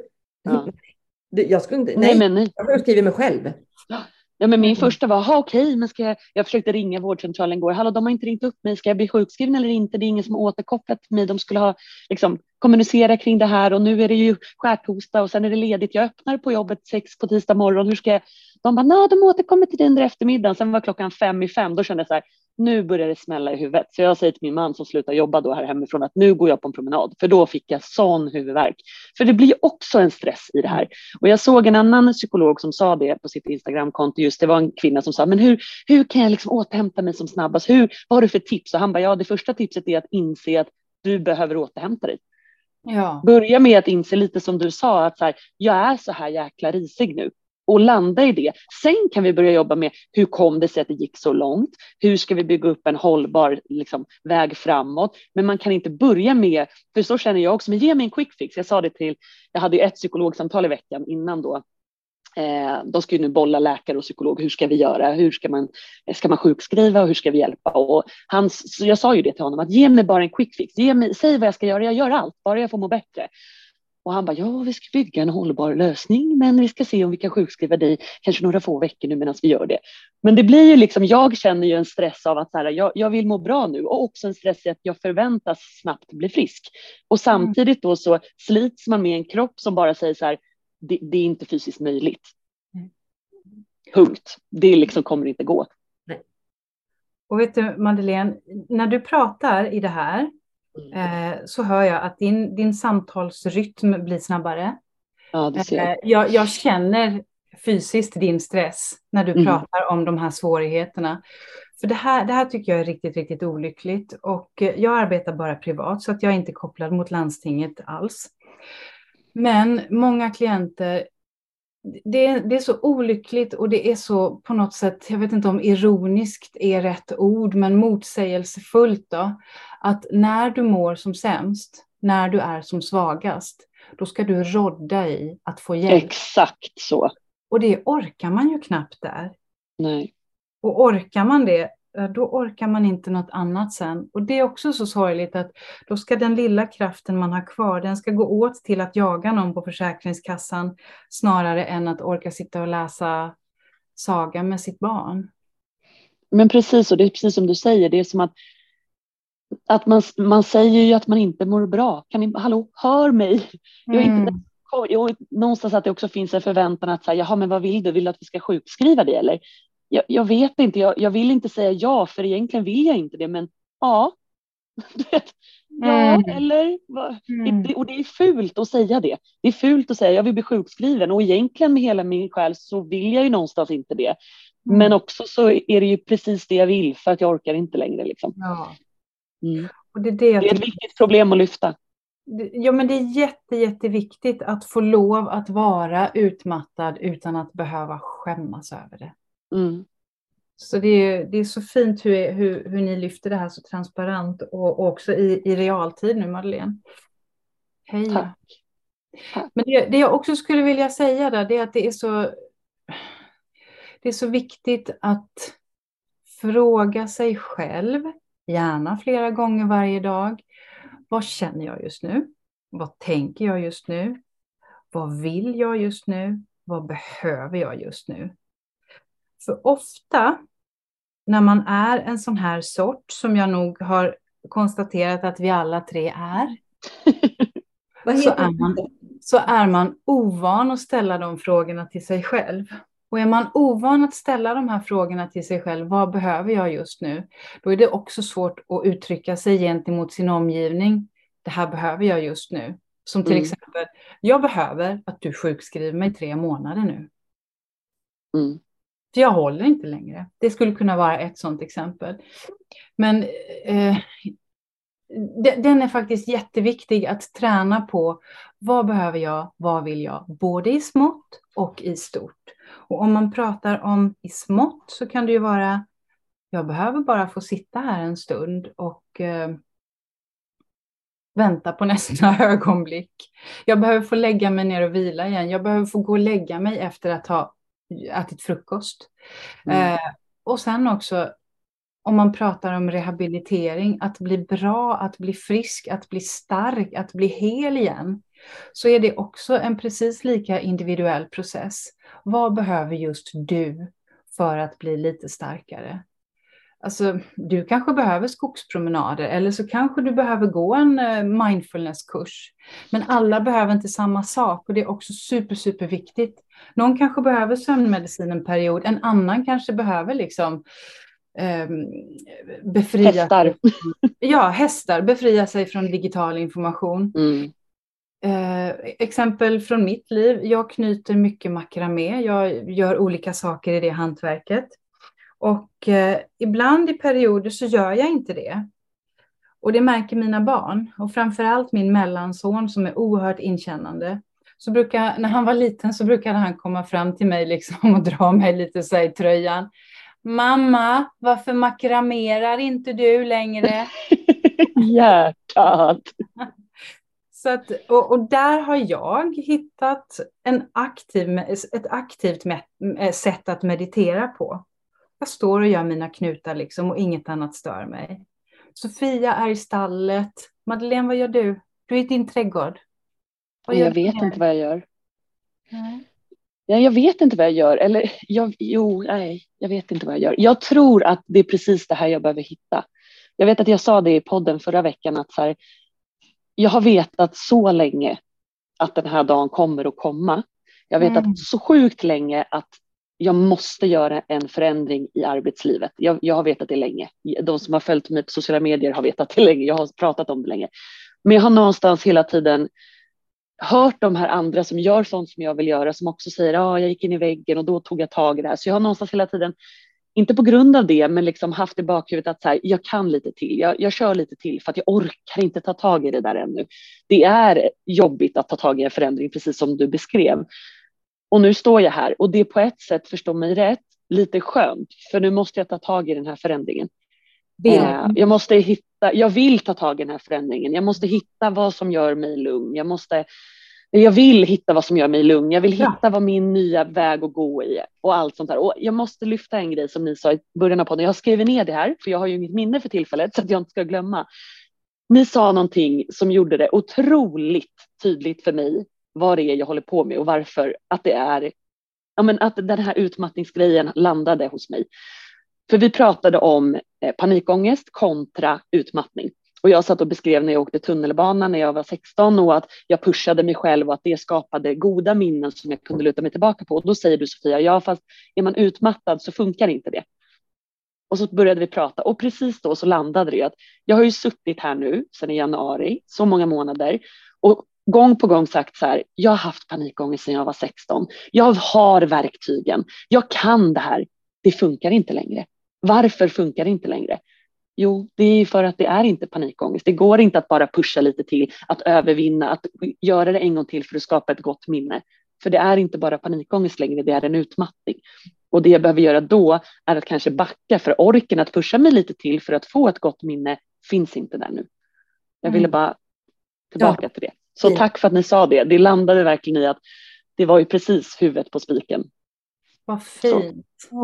jag skulle inte, jag skriver mig själv. Ja, men min första var, okej, men jag försökte ringa vårdcentralen igår. Hallå, de har inte ringt upp mig. Ska jag bli sjukskriven eller inte? Det är ingen som har återkopplat mig. De skulle ha liksom kommunicera kring det här. Och nu är det ju skärtorsdag och sen är det ledigt. Jag öppnar på jobbet 6 på tisdag morgon. Hur ska jag? De bara, de återkommer till dig under eftermiddagen. Sen var klockan 5:05. Då kände jag så här, nu börjar det smälla i huvudet. Så jag säger till min man som slutar jobba då här hemifrån att nu går jag på en promenad. För då fick jag sån huvudvärk. För det blir också en stress i det här. Och jag såg en annan psykolog som sa det på sitt Instagramkonto. Just det var en kvinna som sa, men hur kan jag liksom återhämta mig som snabbast? Vad har du för tips? Och han bara, det första tipset är att inse att du behöver återhämta dig. Ja. Börja med att inse lite som du sa, att så här, jag är så här jäkla risig nu. och landa i det. Sen kan vi börja jobba med hur kom det sig att det gick så långt? Hur ska vi bygga upp en hållbar liksom, väg framåt? Men man kan inte börja med, för så känner jag också, men ge mig en quick fix. Jag hade ju ett psykologsamtal i veckan innan då. De ska ju nu bolla läkare och psykolog. Hur ska vi göra? Ska man sjukskriva och hur ska vi hjälpa? Och så jag sa ju det till honom, att ge mig bara en quick fix. Säg vad jag ska göra. Jag gör allt, bara jag får må bättre. Och han bara, ja, vi ska bygga en hållbar lösning, men vi ska se om vi kan sjukskriva dig kanske några få veckor nu medan vi gör det. Men det blir ju liksom, jag känner ju en stress av att så här, jag vill må bra nu, och också en stress i att jag förväntas snabbt bli frisk. Och samtidigt då så slits man med en kropp som bara säger så här, det är inte fysiskt möjligt. Punkt. Det liksom kommer inte gå. Nej. Och vet du, Madeleine, när du pratar i det här så hör jag att din samtalsrytm blir snabbare. Ja, det ser jag känner fysiskt din stress när du pratar om de här svårigheterna. För det här tycker jag är riktigt, riktigt olyckligt. Och jag arbetar bara privat, så att jag är inte kopplad mot landstinget alls. Men många klienter, det är så olyckligt, och det är så på något sätt, jag vet inte om ironiskt är rätt ord, men motsägelsefullt då, att när du mår som sämst, när du är som svagast, då ska du rodda i att få hjälp. Exakt så. Och det orkar man ju knappt där. Nej. Och orkar man det, då orkar man inte något annat sen. Och det är också så sorgligt att då ska den lilla kraften man har kvar, den ska gå åt till att jaga någon på Försäkringskassan snarare än att orka sitta och läsa saga med sitt barn. Men precis, och det är precis som du säger, det är som att man säger ju att man inte mår bra. Hallå, hör mig. Någonstans att det också finns en förväntan att säga, jaha, men vad vill du? Vill du att vi ska sjukskriva det eller? Jag vet inte, jag vill inte säga ja, för egentligen vill jag inte det, men ja. Eller? Och det är fult att säga det. Det är fult att säga, jag vill bli sjukskriven, och egentligen med hela min själ så vill jag ju någonstans inte det. Men också så är det ju precis det jag vill, för att jag orkar inte längre liksom. Ja. Och det är ett viktigt problem att lyfta. Ja, men det är jätteviktigt att få lov att vara utmattad utan att behöva skämmas över det. Så det är så fint hur ni lyfter det här så transparent och också i realtid nu, Madeleine. Hej. Tack. Men det jag också skulle vilja säga där, det är att det är så viktigt att fråga sig själv, gärna flera gånger varje dag. Vad känner jag just nu? Vad tänker jag just nu? Vad vill jag just nu? Vad behöver jag just nu? För ofta när man är en sån här sort, som jag nog har konstaterat att vi alla tre är, så är man ovan att ställa de frågorna till sig själv. Och är man ovan att ställa de här frågorna till sig själv, vad behöver jag just nu? Då är det också svårt att uttrycka sig gentemot sin omgivning. Det här behöver jag just nu. Som till exempel, jag behöver att du sjukskriver mig 3 månader nu. För jag håller inte längre. Det skulle kunna vara ett sådant exempel. Men den är faktiskt jätteviktig att träna på. Vad behöver jag? Vad vill jag? Både i smått och i stort. Och om man pratar om i smått så kan det ju vara, jag behöver bara få sitta här en stund och vänta på nästa ögonblick. Jag behöver få lägga mig ner och vila igen. Jag behöver få gå och lägga mig efter att ha ätit frukost. Och sen också, om man pratar om rehabilitering, att bli bra, att bli frisk, att bli stark, att bli hel igen, så är det också en precis lika individuell process. Vad behöver just du för att bli lite starkare? Alltså, du kanske behöver skogspromenader, eller så kanske du behöver gå en mindfulnesskurs. Men alla behöver inte samma sak, och det är också super viktigt. Någon kanske behöver sömnmedicin en period, en annan kanske behöver liksom hästar. Hästar, befria sig från digital information. Exempel från mitt liv, jag knyter mycket makramé, jag gör olika saker i det hantverket. Och ibland i perioder så gör jag inte det. Och det märker mina barn. Och framförallt min mellanson som är oerhört inkännande. Så när han var liten så brukade han komma fram till mig liksom och dra mig lite så här i tröjan. Mamma, varför makramerar inte du längre? Hjärtat. Så att, och där har jag hittat ett aktivt sätt att meditera på. Jag står och gör mina knutar liksom och inget annat stör mig. Sofia är i stallet. Madeleine, vad gör du? Du är i din trädgård. Jag vet inte vad jag gör. Ja, jag vet inte vad jag gör. Eller, jag vet inte vad jag gör. Jag tror att det är precis det här jag behöver hitta. Jag vet att jag sa det i podden förra veckan att så här, jag har vetat så länge att den här dagen kommer att komma. Jag vet att så sjukt länge att jag måste göra en förändring i arbetslivet. Jag har vetat det länge. De som har följt mig på sociala medier har vetat det länge. Jag har pratat om det länge. Men jag har någonstans hela tiden hört de här andra som gör sånt som jag vill göra. Som också säger, jag gick in i väggen och då tog jag tag i det här. Så jag har någonstans hela tiden, inte på grund av det, men liksom haft i bakhuvudet att så här, jag kan lite till. Jag kör lite till för att jag orkar inte ta tag i det där ännu. Det är jobbigt att ta tag i en förändring, precis som du beskrev. Och nu står jag här och det är på ett sätt, förstå mig rätt, lite skönt. För nu måste jag ta tag i den här förändringen. Jag vill ta tag i den här förändringen. Jag måste hitta vad som gör mig lugn. Jag vill hitta vad som gör mig lugn. Jag vill hitta vad min nya väg att gå i och allt sånt där. Och jag måste lyfta en grej som ni sa i början av podden. Jag skriver ner det här för jag har ju inget minne för tillfället så att jag inte ska glömma. Ni sa någonting som gjorde det otroligt tydligt för mig vad det är jag håller på med och varför att det är, att den här utmattningsgrejen landade hos mig. För vi pratade om panikångest kontra utmattning. Och jag satt och beskrev när jag åkte tunnelbana när jag var 16 och att jag pushade mig själv och att det skapade goda minnen som jag kunde luta mig tillbaka på. Och då säger du, Sofia, fast är man utmattad så funkar inte det. Och så började vi prata och precis då så landade det att jag har ju suttit här nu sedan i januari, så många månader och gång på gång sagt så här, jag har haft panikångest sedan jag var 16. Jag har verktygen, jag kan det här, det funkar inte längre. Varför funkar det inte längre? Jo, det är för att det är inte panikångest. Det går inte att bara pusha lite till, att övervinna, att göra det en gång till för att skapa ett gott minne. För det är inte bara panikångest längre, det är en utmattning. Och det jag behöver göra då är att kanske backa, för orken att pusha mig lite till för att få ett gott minne finns inte där nu. Jag ville bara tillbaka till det. Så tack för att ni sa det. Det landade verkligen i att det var ju precis huvudet på spiken. Vad fint.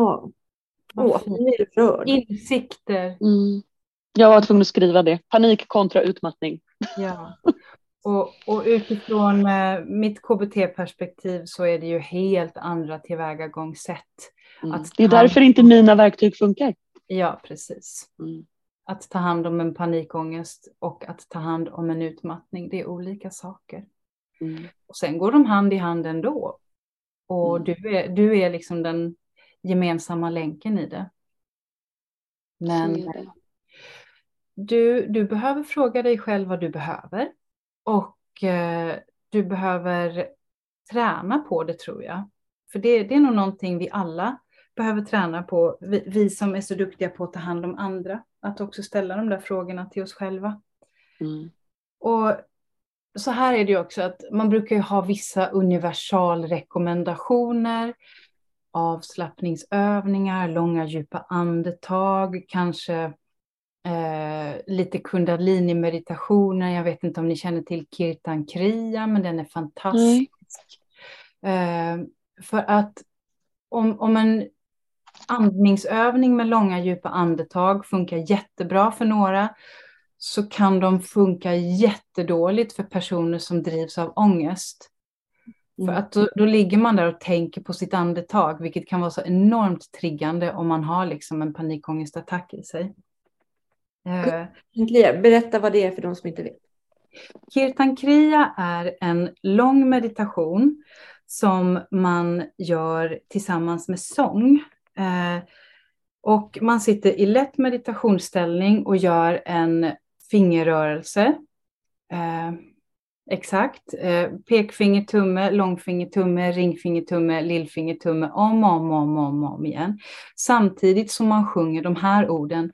Insikter. Jag var tvungen att skriva det. Panik kontra utmattning. Ja. Och utifrån mitt KBT-perspektiv så är det ju helt andra tillvägagångssätt. Det är därför inte mina verktyg funkar. Ja, precis. Att ta hand om en panikångest och att ta hand om en utmattning, det är olika saker. Och sen går de hand i hand ändå. Och du är liksom den gemensamma länken i det. Men du behöver fråga dig själv vad du behöver. Och du behöver träna på det, tror jag. För det är nog någonting vi alla behöver träna på. Vi som är så duktiga på att ta hand om andra. Att också ställa de där frågorna till oss själva. Och så här är det ju också att man brukar ju ha vissa universalrekommendationer. Avslappningsövningar, långa djupa andetag, kanske lite kundalini-meditationer. Jag vet inte om ni känner till Kirtan Kriya, men den är fantastisk. För att om en andningsövning med långa djupa andetag funkar jättebra för några, så kan de funka jättedåligt för personer som drivs av ångest. För att då ligger man där och tänker på sitt andetag, vilket kan vara så enormt triggande om man har liksom en panikångestattack i sig. Berätta vad det är för de som inte vet. Kirtan Kriya är en lång meditation som man gör tillsammans med sång. Och man sitter i lätt meditationsställning och gör en fingerrörelse. Exakt. Pekfingertumme, långfingertumme, ringfingertumme, lillfingertumme om igen. Samtidigt som man sjunger de här orden.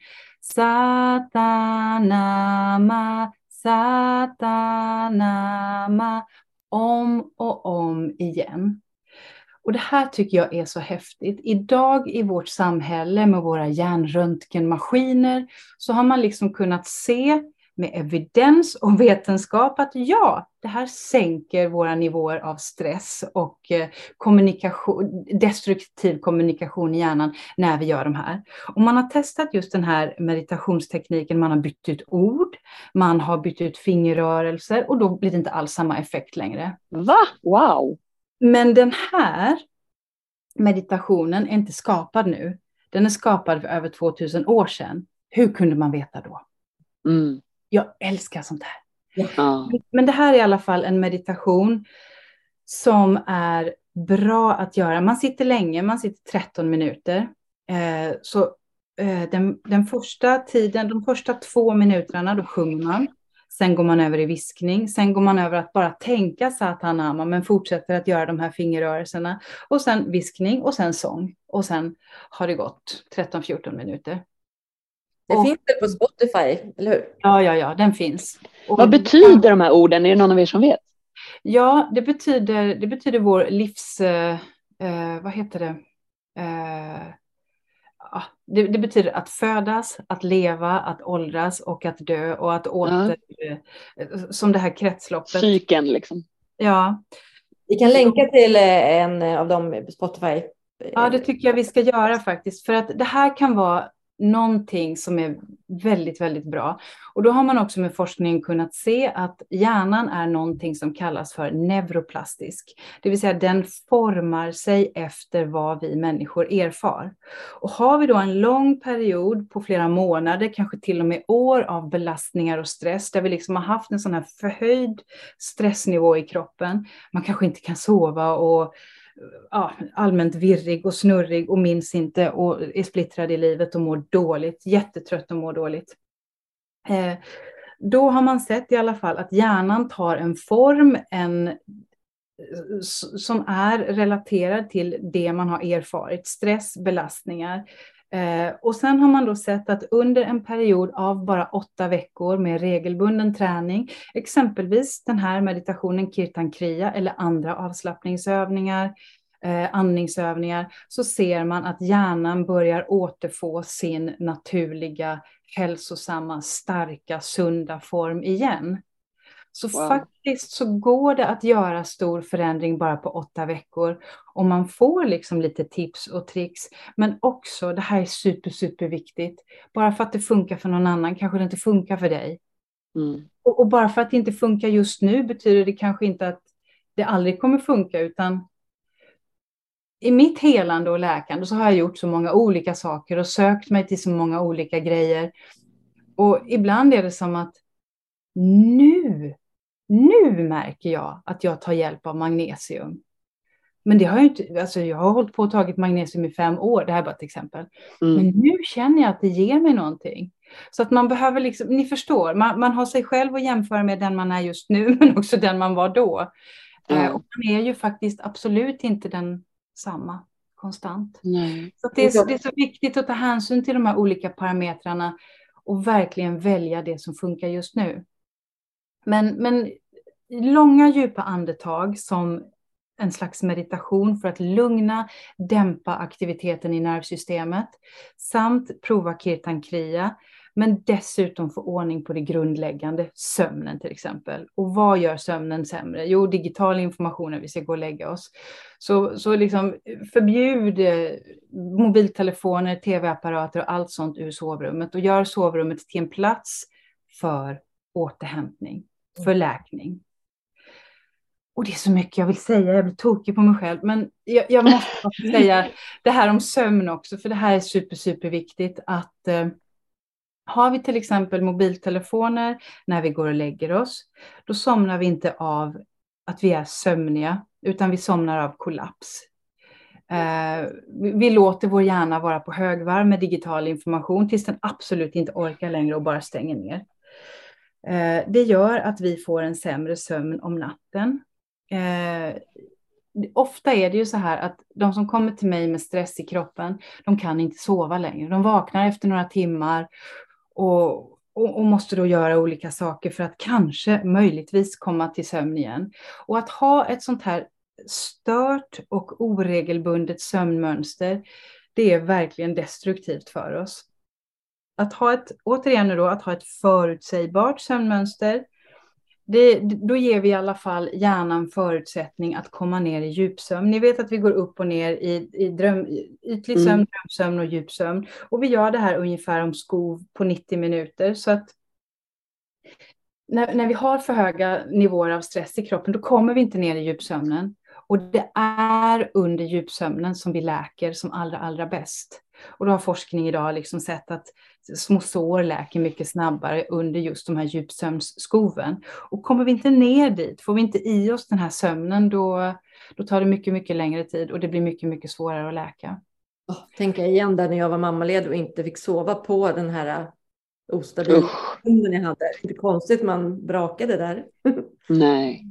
Satanama, Satanama. om och om igen. Och det här tycker jag är så häftigt. Idag i vårt samhälle med våra hjärnröntgenmaskiner så har man liksom kunnat se med evidens och vetenskap att ja, det här sänker våra nivåer av stress och destruktiv kommunikation i hjärnan när vi gör de här. Och man har testat just den här meditationstekniken, man har bytt ut ord, man har bytt ut fingerrörelser och då blir det inte alls samma effekt längre. Va? Wow! Men den här meditationen är inte skapad nu. Den är skapad för över 2000 år sedan. Hur kunde man veta då? Mm. Jag älskar sånt här. Ja. Men det här är i alla fall en meditation som är bra att göra. Man sitter länge, man sitter 13 minuter. Den första tiden, de första 2 minuterna, då sjunger man. Sen går man över i viskning. Sen går man över att bara tänka Satanama, men fortsätter att göra de här fingerrörelserna. Och sen viskning och sen sång. Och sen har det gått 13-14 minuter. Det finns det på Spotify, eller hur? Ja, den finns. Vad betyder de här orden? Är det någon av er som vet? Ja, det betyder vår livs... vad heter det? Det betyder att födas, att leva, att åldras och att dö och att som det här kretsloppet. Cykeln liksom. Ja. Vi kan länka till en av dem på Spotify. Ja, det tycker jag vi ska göra faktiskt. För att det här kan vara någonting som är väldigt, väldigt bra. Och då har man också med forskning kunnat se att hjärnan är någonting som kallas för neuroplastisk. Det vill säga den formar sig efter vad vi människor erfar. Och har vi då en lång period på flera månader, kanske till och med år av belastningar och stress, där vi liksom har haft en sån här förhöjd stressnivå i kroppen. Man kanske inte kan sova och allmänt virrig och snurrig och minns inte och är splittrad i livet och mår dåligt, jättetrött och mår dåligt. Då har man sett i alla fall att hjärnan tar en form som är relaterad till det man har erfarit, stress, belastningar. Och sen har man då sett att under en period av bara 8 veckor med regelbunden träning, exempelvis den här meditationen Kirtan Kriya eller andra avslappningsövningar, andningsövningar, så ser man att hjärnan börjar återfå sin naturliga, hälsosamma, starka, sunda form igen. Så faktiskt så går det att göra stor förändring bara på 8 veckor. Och man får liksom lite tips och tricks. Men också, det här är superviktigt. Bara för att det funkar för någon annan kanske det inte funkar för dig. Mm. Och bara för att det inte funkar just nu betyder det kanske inte att det aldrig kommer funka. Utan i mitt helande och läkande så har jag gjort så många olika saker och sökt mig till så många olika grejer. Och ibland är det som att nu märker jag att jag tar hjälp av magnesium. Men det har jag inte, alltså jag har hållit på och tagit magnesium i 5 år, det här är bara ett exempel. Men nu känner jag att det ger mig någonting. Så att man behöver liksom, ni förstår, man har sig själv att jämföra med den man är just nu, men också den man var då. Och man är ju faktiskt absolut inte den samma konstant. Nej. Så det är så viktigt att ta hänsyn till de här olika parametrarna och verkligen välja det som funkar just nu. Men långa djupa andetag som en slags meditation för att lugna, dämpa aktiviteten i nervsystemet samt prova Kirtan Kriya, men dessutom få ordning på det grundläggande, sömnen till exempel. Och vad gör sömnen sämre? Jo, digital information när vi ska gå och lägga oss. Så liksom förbjud mobiltelefoner, tv-apparater och allt sånt ur sovrummet och gör sovrummet till en plats för återhämtning, för läkning. Och det är så mycket jag vill säga, jag blir tokig på mig själv. Men jag måste säga det här om sömn också, för det här är superviktigt att har vi till exempel mobiltelefoner när vi går och lägger oss, då somnar vi inte av att vi är sömniga, utan vi somnar av kollaps. Vi låter vår hjärna vara på högvarv med digital information tills den absolut inte orkar längre och bara stänger ner. Det gör att vi får en sämre sömn om natten. Ofta är det ju så här att de som kommer till mig med stress i kroppen, de kan inte sova längre. De vaknar efter några timmar och och måste då göra olika saker för att kanske möjligtvis komma till sömn igen. Och att ha ett sånt här stört och oregelbundet sömnmönster, det är verkligen destruktivt för oss. Att ha ett förutsägbart sömnmönster, då ger vi i alla fall hjärnan förutsättning att komma ner i djupsömn. Ni vet att vi går upp och ner i ytlig sömn, drömsömn och djupsömn. Och vi gör det här ungefär om skov på 90 minuter. Så att när vi har för höga nivåer av stress i kroppen, då kommer vi inte ner i djupsömnen. Och det är under djupsömnen som vi läker som allra bäst. Och då har forskning idag liksom sett att små sår läker mycket snabbare under just de här djupsömnsskoven. Och kommer vi inte ner dit, får vi inte i oss den här sömnen, då tar det mycket längre tid och det blir mycket svårare att läka. Tänker jag igen där när jag var mammaledig och inte fick sova på den här ostabila hunden jag hade. Det är inte konstigt man brakade där. Nej.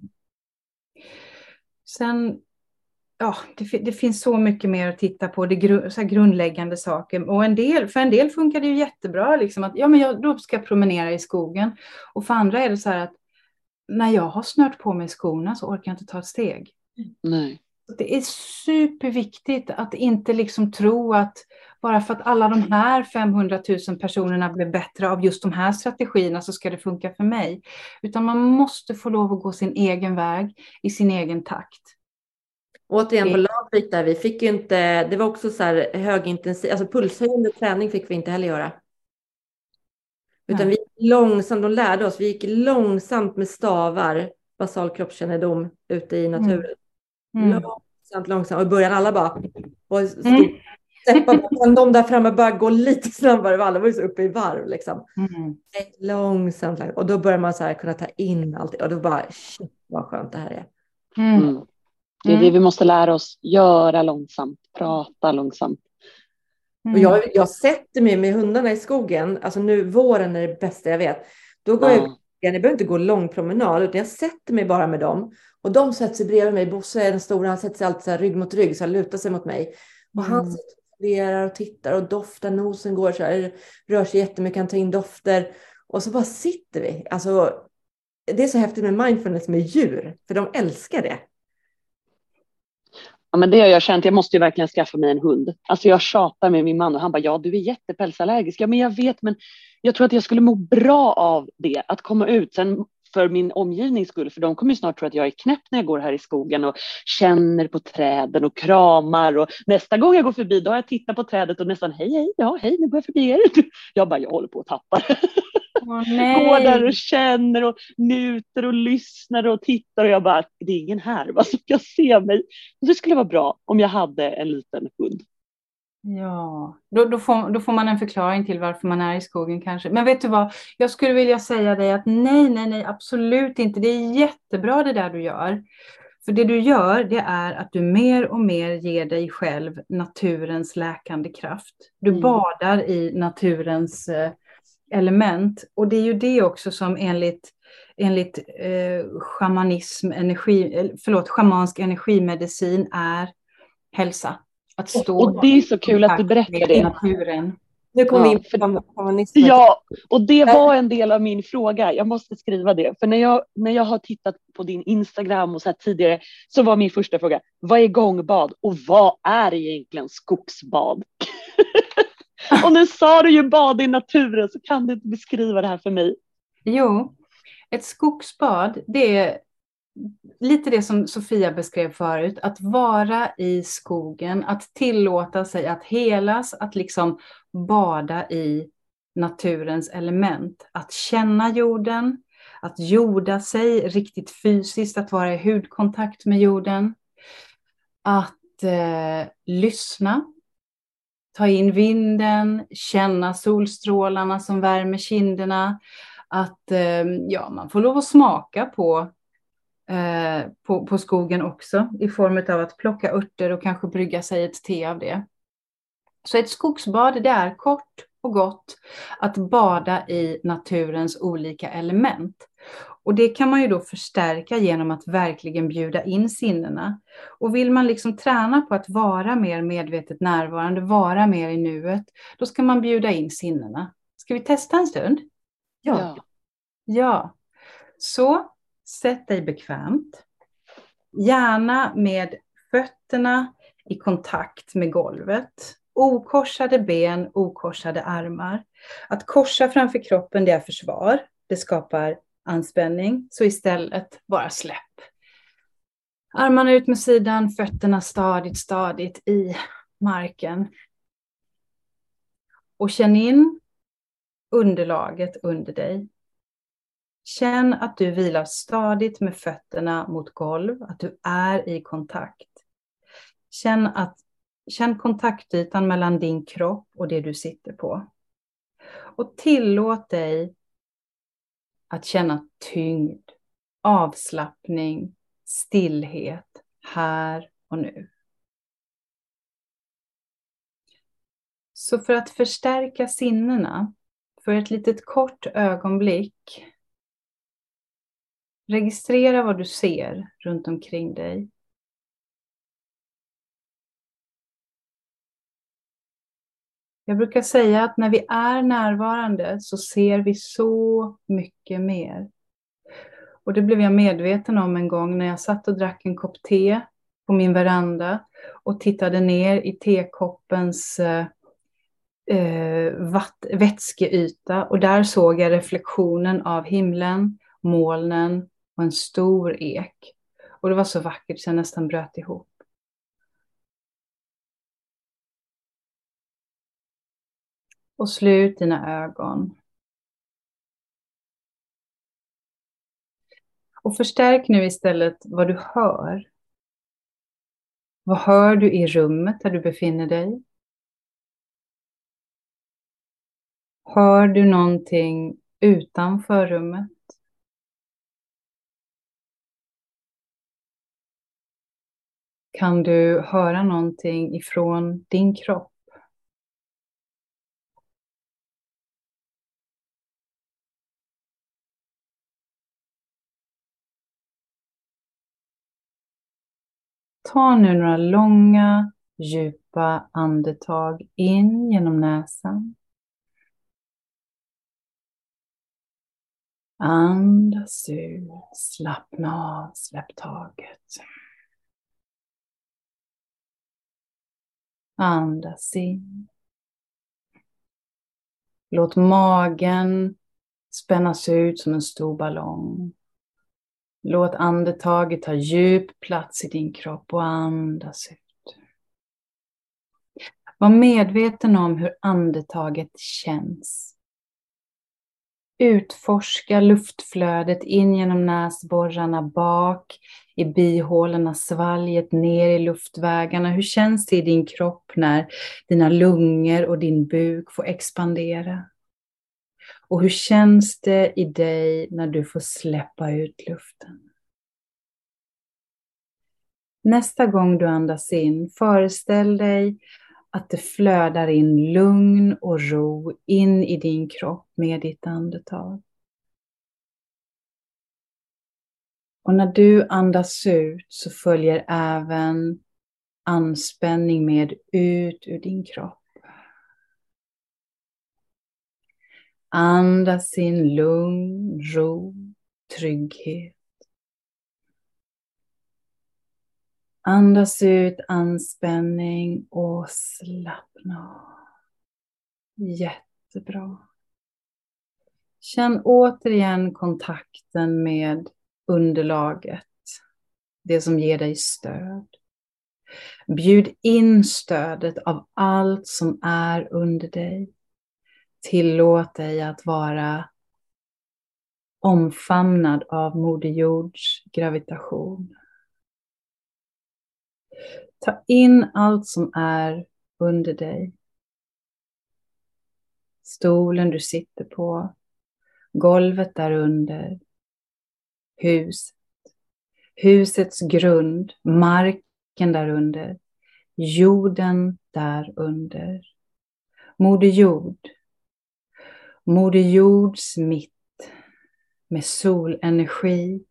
Sen, det finns så mycket mer att titta på, så här grundläggande saker. Och för en del funkar det ju jättebra, liksom att då ska jag promenera i skogen. Och för andra är det så här att när jag har snört på mig skorna så orkar jag inte ta ett steg. Nej. Det är superviktigt att inte liksom tro att bara för att alla de här 500 000 personerna blir bättre av just de här strategierna så ska det funka för mig. Utan man måste få lov att gå sin egen väg i sin egen takt. Återigen på Lavvik där vi fick ju inte, det var också så här högintensiv, alltså pulshöjande träning fick vi inte heller göra. Utan vi gick långsamt, de lärde oss, vi gick långsamt med stavar, basal kroppskännedom ute i naturen. Långsamt. Och i början alla bara, de där framme bara gå lite snabbare, alla var ju så uppe i varv liksom. Långsamt. Och då börjar man så här kunna ta in allt, och då bara, shit vad skönt det här är. Det är det vi måste lära oss, göra långsamt, prata långsamt. Och jag sätter mig med hundarna i skogen, alltså nu våren är det bästa jag vet. Då går jag behöver inte gå lång promenad, utan jag sätter mig bara med dem. Och de sätter sig bredvid mig, Bosse är den stora, han sätter sig alltid så här rygg mot rygg, så han lutar sig mot mig. Och han sitter och tittar och doftar, nosen går så här, rör sig jättemycket, kan ta in dofter. Och så bara sitter vi. Alltså, det är så häftigt med mindfulness med djur, för de älskar det. Ja, men det har jag känt, jag måste ju verkligen skaffa mig en hund. Alltså jag tjatar med min man och han bara, du är jättepälsallergisk. Ja, men jag vet, men jag tror att jag skulle må bra av det, att komma ut sen för min omgivnings skull. För de kommer ju snart tro att jag är knäpp när jag går här i skogen och känner på träden och kramar. Och nästa gång jag går förbi, då har jag tittat på trädet och nästan, hej, nu går jag förbi er. Jag håller på att tappa. Går där och känner och njuter och lyssnar och tittar och jag bara, det är ingen här, vad som ska se mig. Det skulle vara bra om jag hade en liten hund. Ja, då får man en förklaring till varför man är i skogen kanske. Men vet du vad, jag skulle vilja säga dig att nej, absolut inte. Det är jättebra det där du gör. För det du gör, det är att du mer och mer ger dig själv naturens läkande kraft. Du badar i naturens element. Och det är ju det också som enligt schamansk energimedicin är hälsa. Att stå och det är så kul att du berättar det. Naturen. Nu kommer vi in på shamanism. Ja, och det var en del av min fråga. Jag måste skriva det. För när jag har tittat på din Instagram och så här tidigare, så var min första fråga, vad är gångbad och vad är egentligen skogsbad? Och nu sa du ju bad i naturen, så kan du inte beskriva det här för mig? Jo, ett skogsbad, det är lite det som Sofia beskrev förut, att vara i skogen, att tillåta sig att helas, att liksom bada i naturens element, att känna jorden, att jorda sig riktigt fysiskt, att vara i hudkontakt med jorden, att lyssna, ta in vinden, känna solstrålarna som värmer kinderna, att man får lov att smaka på skogen också i form av att plocka örter och kanske brygga sig ett te av det. Så ett skogsbad, det är kort och gott att bada i naturens olika element. Och det kan man ju då förstärka genom att verkligen bjuda in sinnena. Och vill man liksom träna på att vara mer medvetet närvarande, vara mer i nuet, då ska man bjuda in sinnena. Ska vi testa en stund? Ja. Så sätt dig bekvämt. Gärna med fötterna i kontakt med golvet. Okorsade ben, okorsade armar. Att korsa framför kroppen, det är försvar. Det skapar anspänning. Så istället bara släpp. Armarna ut med sidan, fötterna stadigt i marken. Och känn in underlaget under dig. Känn att du vilar stadigt med fötterna mot golv, att du är i kontakt. Känn kontaktytan mellan din kropp och det du sitter på. Och tillåt dig att känna tyngd, avslappning, stillhet här och nu. Så för att förstärka sinnena, för ett litet kort ögonblick, registrera vad du ser runt omkring dig. Jag brukar säga att när vi är närvarande så ser vi så mycket mer. Och det blev jag medveten om en gång när jag satt och drack en kopp te på min veranda och tittade ner i tekoppens vätskeyta. Och där såg jag reflektionen av himlen, molnen och en stor ek. Och det var så vackert så jag nästan bröt ihop. Och slut dina ögon. Och förstärk nu istället vad du hör. Vad hör du i rummet där du befinner dig? Hör du någonting utanför rummet? Kan du höra någonting ifrån din kropp? Ta nu några långa, djupa andetag in genom näsan. Andas ut, slappna av, släpp taget. Andas in. Låt magen spännas ut som en stor ballong. Låt andetaget ta djup plats i din kropp och andas ut. Var medveten om hur andetaget känns. Utforska luftflödet in genom näsborrarna, bak i bihålorna, svalget ner i luftvägarna. Hur känns det i din kropp när dina lungor och din buk får expandera? Och hur känns det i dig när du får släppa ut luften? Nästa gång du andas in, föreställ dig att det flödar in lugn och ro in i din kropp med ditt andetag. Och när du andas ut så följer även anspänning med ut ur din kropp. Andas in lugn, ro, trygghet. Andas ut anspänning och slappna av. Jättebra. Känn återigen kontakten med underlaget. Det som ger dig stöd. Bjud in stödet av allt som är under dig. Tillåt dig att vara omfamnad av Moder Jords gravitation. Ta in allt som är under dig. Stolen du sitter på, golvet där under, huset, husets grund, marken där under, jorden där under. Moder Jord, Moder Jords mitt med solenergi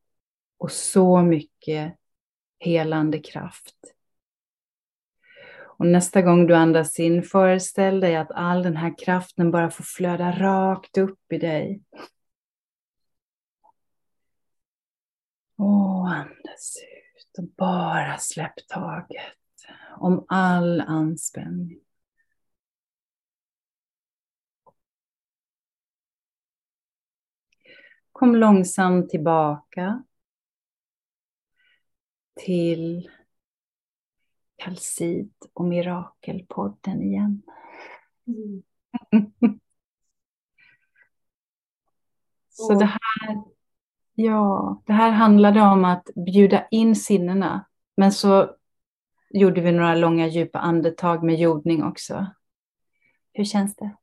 och så mycket helande kraft. Och nästa gång du andas in, föreställ dig att all den här kraften bara får flöda rakt upp i dig. Och andas ut och bara släpp taget om all anspänning. Kom långsamt tillbaka till Kalsit och Mirakelpodden igen. Så det här handlade om att bjuda in sinnena. Men så gjorde vi några långa djupa andetag med jordning också. Hur känns det?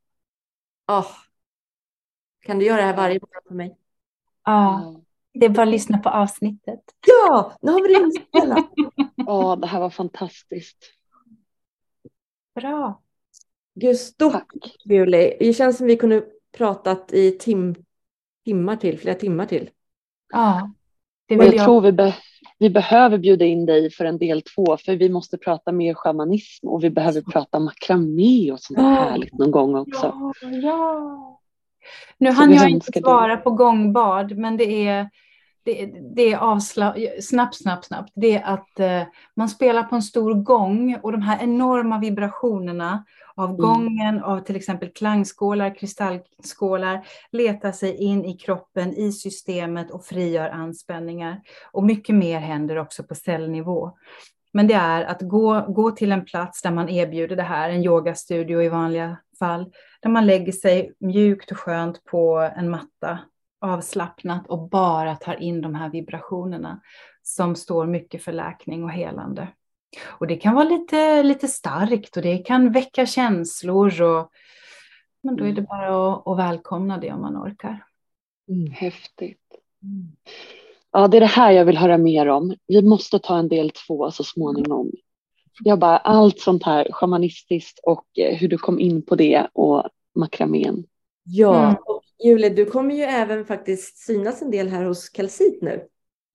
Kan du göra det här varje morgon för mig? Ja, det är bara att lyssna på avsnittet. Ja, nu har vi det inspelat. Det här var fantastiskt. Bra. Gud, stort Julie. Det känns som vi kunde pratat i flera timmar till. Ja, det vill vill jag tror vi behöver bjuda in dig för en del 2, för vi måste prata mer shamanism och vi behöver prata makramé och sånt härligt någon gång också. Ja. Nu hann jag inte svara på gångbad, men det är snabbt. Det är att man spelar på en stor gång och de här enorma vibrationerna av gången, av till exempel klangskålar, kristallskålar, letar sig in i kroppen, i systemet och frigör anspänningar. Och mycket mer händer också på cellnivå. Men det är att gå till en plats där man erbjuder det här, en yogastudio i vanliga fall, där man lägger sig mjukt och skönt på en matta, avslappnat och bara tar in de här vibrationerna som står mycket för läkning och helande. Och det kan vara lite starkt och det kan väcka känslor. Men då är det bara att välkomna det om man orkar. Häftigt. Ja, det är det här jag vill höra mer om. Vi måste ta en del 2 så småningom. Allt sånt här shamanistiskt och hur du kom in på det och makramén. Ja, och Julie, du kommer ju även faktiskt synas en del här hos Kalsit nu.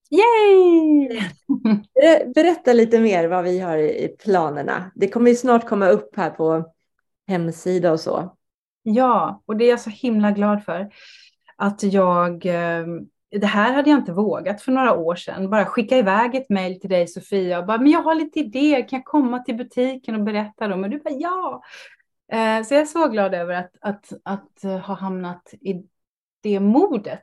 Yay! Berätta lite mer vad vi har i planerna. Det kommer ju snart komma upp här på hemsida och så. Ja, och det är jag så himla glad för. Att det här hade jag inte vågat för några år sedan. Bara skicka iväg ett mejl till dig, Sofia. Och bara, men jag har lite idéer. Kan jag komma till butiken och berätta dem? Och du bara, ja. Så jag är så glad över att ha hamnat i det modet.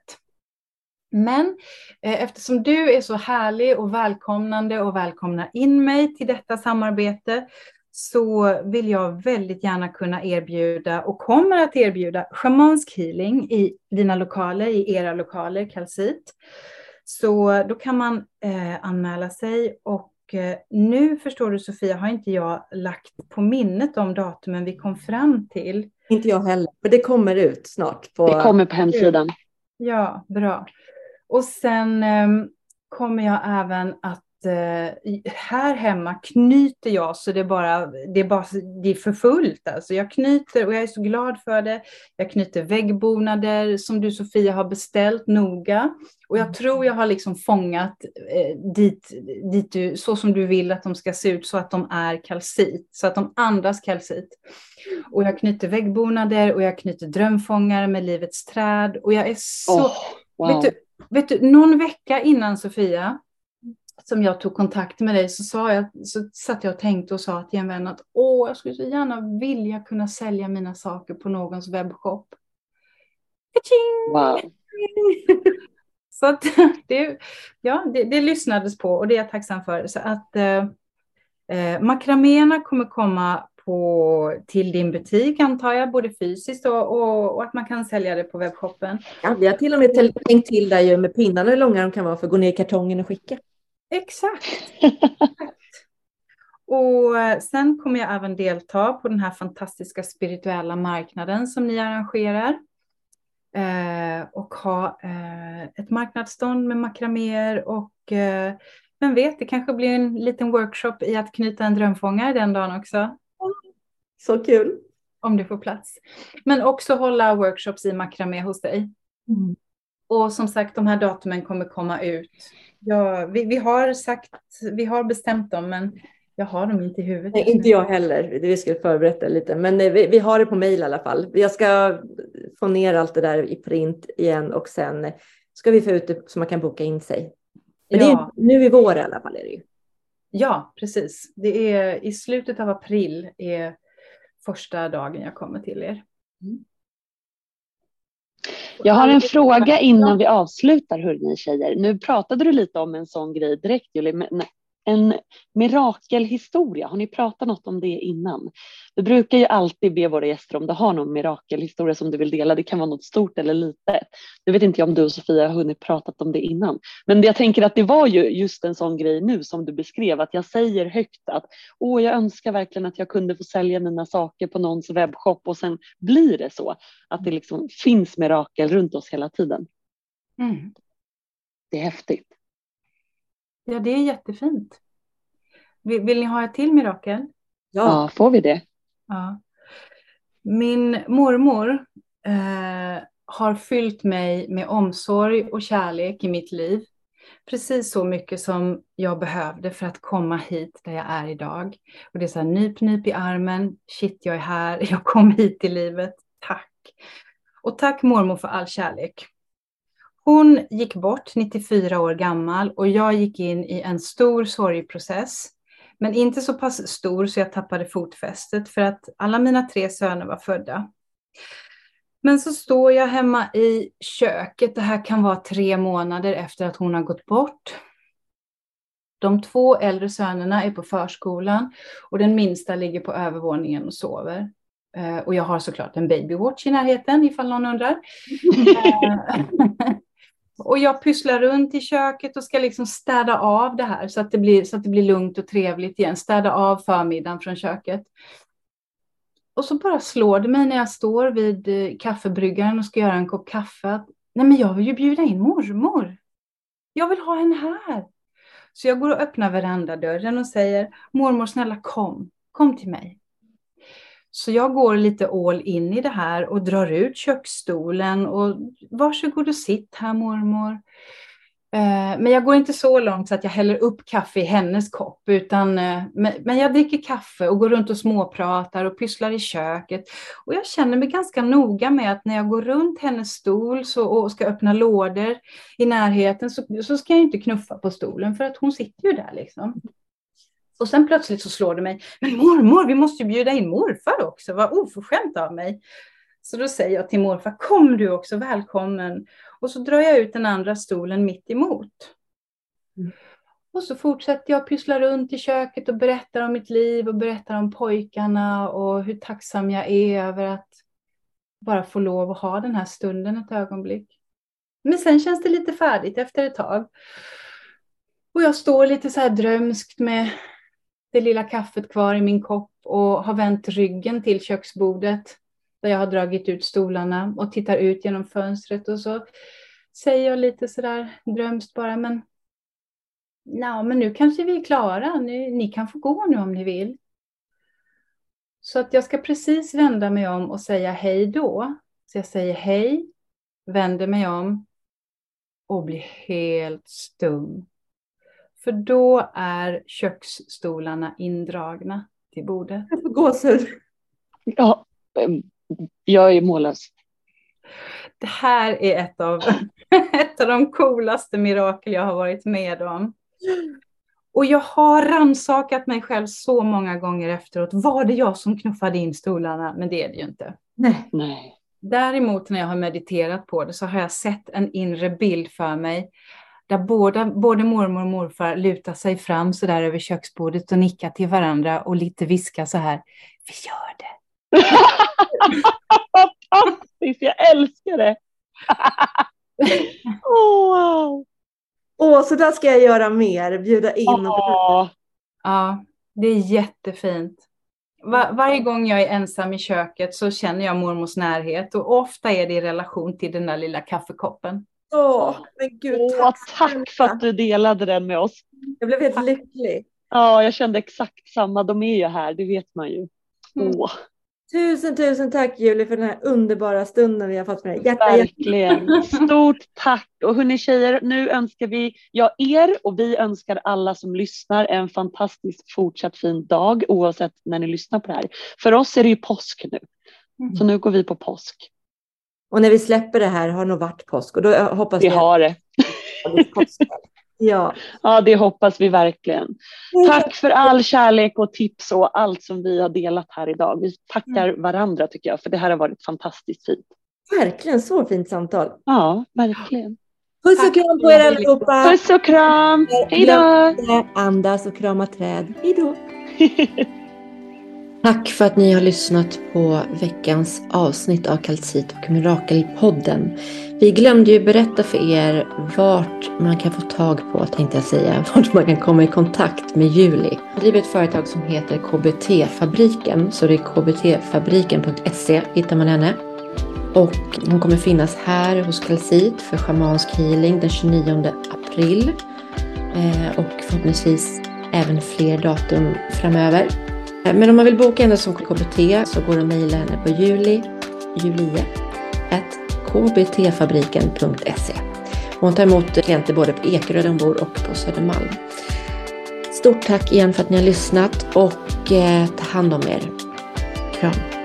Men eftersom du är så härlig och välkomnande och välkomnar in mig till detta samarbete, så vill jag väldigt gärna kunna erbjuda och kommer att erbjuda shamansk healing i dina lokaler, i era lokaler, Kalsit. Så då kan man anmäla sig och nu förstår du, Sofia, har inte jag lagt på minnet de datumen vi kom fram till. Inte jag heller, för det kommer ut snart. Det kommer på hemsidan. Ja, bra. Och sen kommer jag även att här hemma knyter jag så det är för fullt. Alltså jag knyter och jag är så glad för det. Jag knyter väggbonader som du, Sofia, har beställt noga. Och jag tror jag har liksom fångat dit du, så som du vill att de ska se ut, så att de är kalsit. Så att de andas kalsit. Och jag knyter väggbonader och jag knyter drömfångare med livets träd. Och jag är så... Wow. Vet du, någon vecka innan, Sofia, som jag tog kontakt med dig, så satt jag och tänkte och sa till en vän att jag skulle så gärna vilja kunna sälja mina saker på någons webbshop. Wow. Så att det lyssnades på och det är jag tacksam för. Så att makraméerna kommer komma till din butik, antar jag, både fysiskt och att man kan sälja det på webbshoppen. Ja, vi har till och med tänkt till där ju med pinnarna hur långa de kan vara för att gå ner i kartongen och skicka. Exakt. Och sen kommer jag även delta på den här fantastiska spirituella marknaden som ni arrangerar. Och ha ett marknadsstånd med makraméer och vem vet, det kanske blir en liten workshop i att knyta en drömfångare den dagen också. Så kul. Om du får plats. Men också hålla workshops i makramé hos dig. Mm. Och som sagt, de här datumen kommer komma ut. Ja, vi har bestämt dem, men Jag har dem inte i huvudet. Nej, inte jag heller. Vi skulle förbereda lite. Men vi har det på mejl i alla fall. Jag ska få ner allt det där i print igen. Och sen ska vi få ut det så man kan boka in sig. Men det är nu i vår i alla fall är det ju. Ja, precis. Det är i slutet av april är första dagen jag kommer till er. Jag har en fråga innan vi avslutar, hörni tjejer. Nu pratade du lite om en sån grej direkt, Julie, men en mirakelhistoria. Har ni pratat något om det innan? Vi brukar ju alltid be våra gäster om du har någon mirakelhistoria som du vill dela. Det kan vara något stort eller litet. Jag vet inte om du och Sofia har hunnit pratat om det innan. Men jag tänker att det var ju just en sån grej nu som du beskrev. Att jag säger högt att jag önskar verkligen att jag kunde få sälja mina saker på någons webbshop. Och sen blir det så. Att det liksom finns mirakel runt oss hela tiden. Mm. Det är häftigt. Ja, det är jättefint. Vill ni ha ett till mirakel? Ja, får vi det? Ja. Min mormor har fyllt mig med omsorg och kärlek i mitt liv. Precis så mycket som jag behövde för att komma hit där jag är idag. Och det är så här nyp i armen. Shit, jag är här. Jag kom hit i livet. Tack. Och tack mormor för all kärlek. Hon gick bort 94 år gammal och jag gick in i en stor sorgprocess. Men inte så pass stor så jag tappade fotfästet för att alla mina 3 söner var födda. Men så står jag hemma i köket. Det här kan vara 3 månader efter att hon har gått bort. De 2 äldre sönerna är på förskolan och den minsta ligger på övervåningen och sover. Och jag har såklart en babywatch i närheten ifall någon undrar. Och jag pysslar runt i köket och ska liksom städa av det här så att det blir lugnt och trevligt igen. Städa av förmiddagen från köket. Och så bara slår det mig när jag står vid kaffebryggaren och ska göra en kopp kaffe. Att, nej men jag vill ju bjuda in mormor. Jag vill ha henne här. Så jag går och öppnar verandadörren och säger, mormor snälla kom till mig. Så jag går lite all in i det här och drar ut köksstolen och varsågod och sitt här mormor. Men jag går inte så långt så att jag häller upp kaffe i hennes kopp. Men jag dricker kaffe och går runt och småpratar och pysslar i köket. Och jag känner mig ganska noga med att när jag går runt hennes stol och ska öppna lådor i närheten så ska jag inte knuffa på stolen för att hon sitter ju där liksom. Och sen plötsligt så slår det mig, men mormor, vi måste ju bjuda in morfar också, vad oförskämt av mig. Så då säger jag till morfar, kom du också, välkommen. Och så drar jag ut den andra stolen mitt emot. Och så fortsätter jag pyssla runt i köket och berättar om mitt liv och berättar om pojkarna och hur tacksam jag är över att bara få lov att ha den här stunden ett ögonblick. Men sen känns det lite färdigt efter ett tag. Och jag står lite så här drömskt med det lilla kaffet kvar i min kopp och har vänt ryggen till köksbordet där jag har dragit ut stolarna och tittar ut genom fönstret och så säger jag lite sådär drömskt bara, men nu kanske vi är klara, ni kan få gå nu om ni vill. Så att jag ska precis vända mig om och säga hej då. Så jag säger hej, vänder mig om och blir helt stum. För då är köksstolarna indragna till bordet. Jag får gåshud. Ja, jag är mållös. Det här är ett av de coolaste mirakel jag har varit med om. Och jag har rannsakat mig själv så många gånger efteråt. Var det jag som knuffade in stolarna? Men det är det ju inte. Nej. Däremot när jag har mediterat på det så har jag sett en inre bild för mig. Där både mormor och morfar lutar sig fram så där över köksbordet och nickar till varandra och lite viskar så här. Vi gör det. Fantastiskt, jag älskar det. Wow. Så där ska jag göra mer, bjuda in. Ja, det är jättefint. Varje gång jag är ensam i köket så känner jag mormors närhet och ofta är det i relation till den där lilla kaffekoppen. Men gud, tack för att du delade den med oss. Jag blev helt lycklig. Ja, jag kände exakt samma. De är ju här, det vet man ju. Tusen tack Julie för den här underbara stunden vi har fått med dig. Verkligen. Stort tack. Och hörni tjejer, nu önskar vi er och vi önskar alla som lyssnar en fantastisk fortsatt fin dag oavsett när ni lyssnar på det här. För oss är det ju påsk nu. Så nu går vi på påsk. Och när vi släpper det här har nog varit påsk och då hoppas vi har det. Ja, det hoppas vi verkligen. Tack för all kärlek och tips och allt som vi har delat här idag. Vi tackar varandra tycker jag, för det här har varit fantastiskt fint. Verkligen, så fint samtal. Ja, verkligen. Puss och kram på er allihopa. Puss och kram. Hej då. Andas och krama träd. Hej då. Tack för att ni har lyssnat på veckans avsnitt av Kalcit och Mirakelpodden. Vi glömde ju berätta för er vart man kan få tag på, tänkte jag säga, vart man kan komma i kontakt med Julie. Jag driver ett företag som heter KBT-fabriken, så det är kbtfabriken.se hittar man henne. Och hon kommer finnas här hos Kalcit för schamansk healing den 29 april. Och förhoppningsvis även fler datum framöver. Men om man vill boka henne som KBT så går det att mejla henne på julie@kbtfabriken.se. Hon tar emot klienter både på Ekerö där hon bor och på Södermalm. Stort tack igen för att ni har lyssnat och ta hand om er. Kram.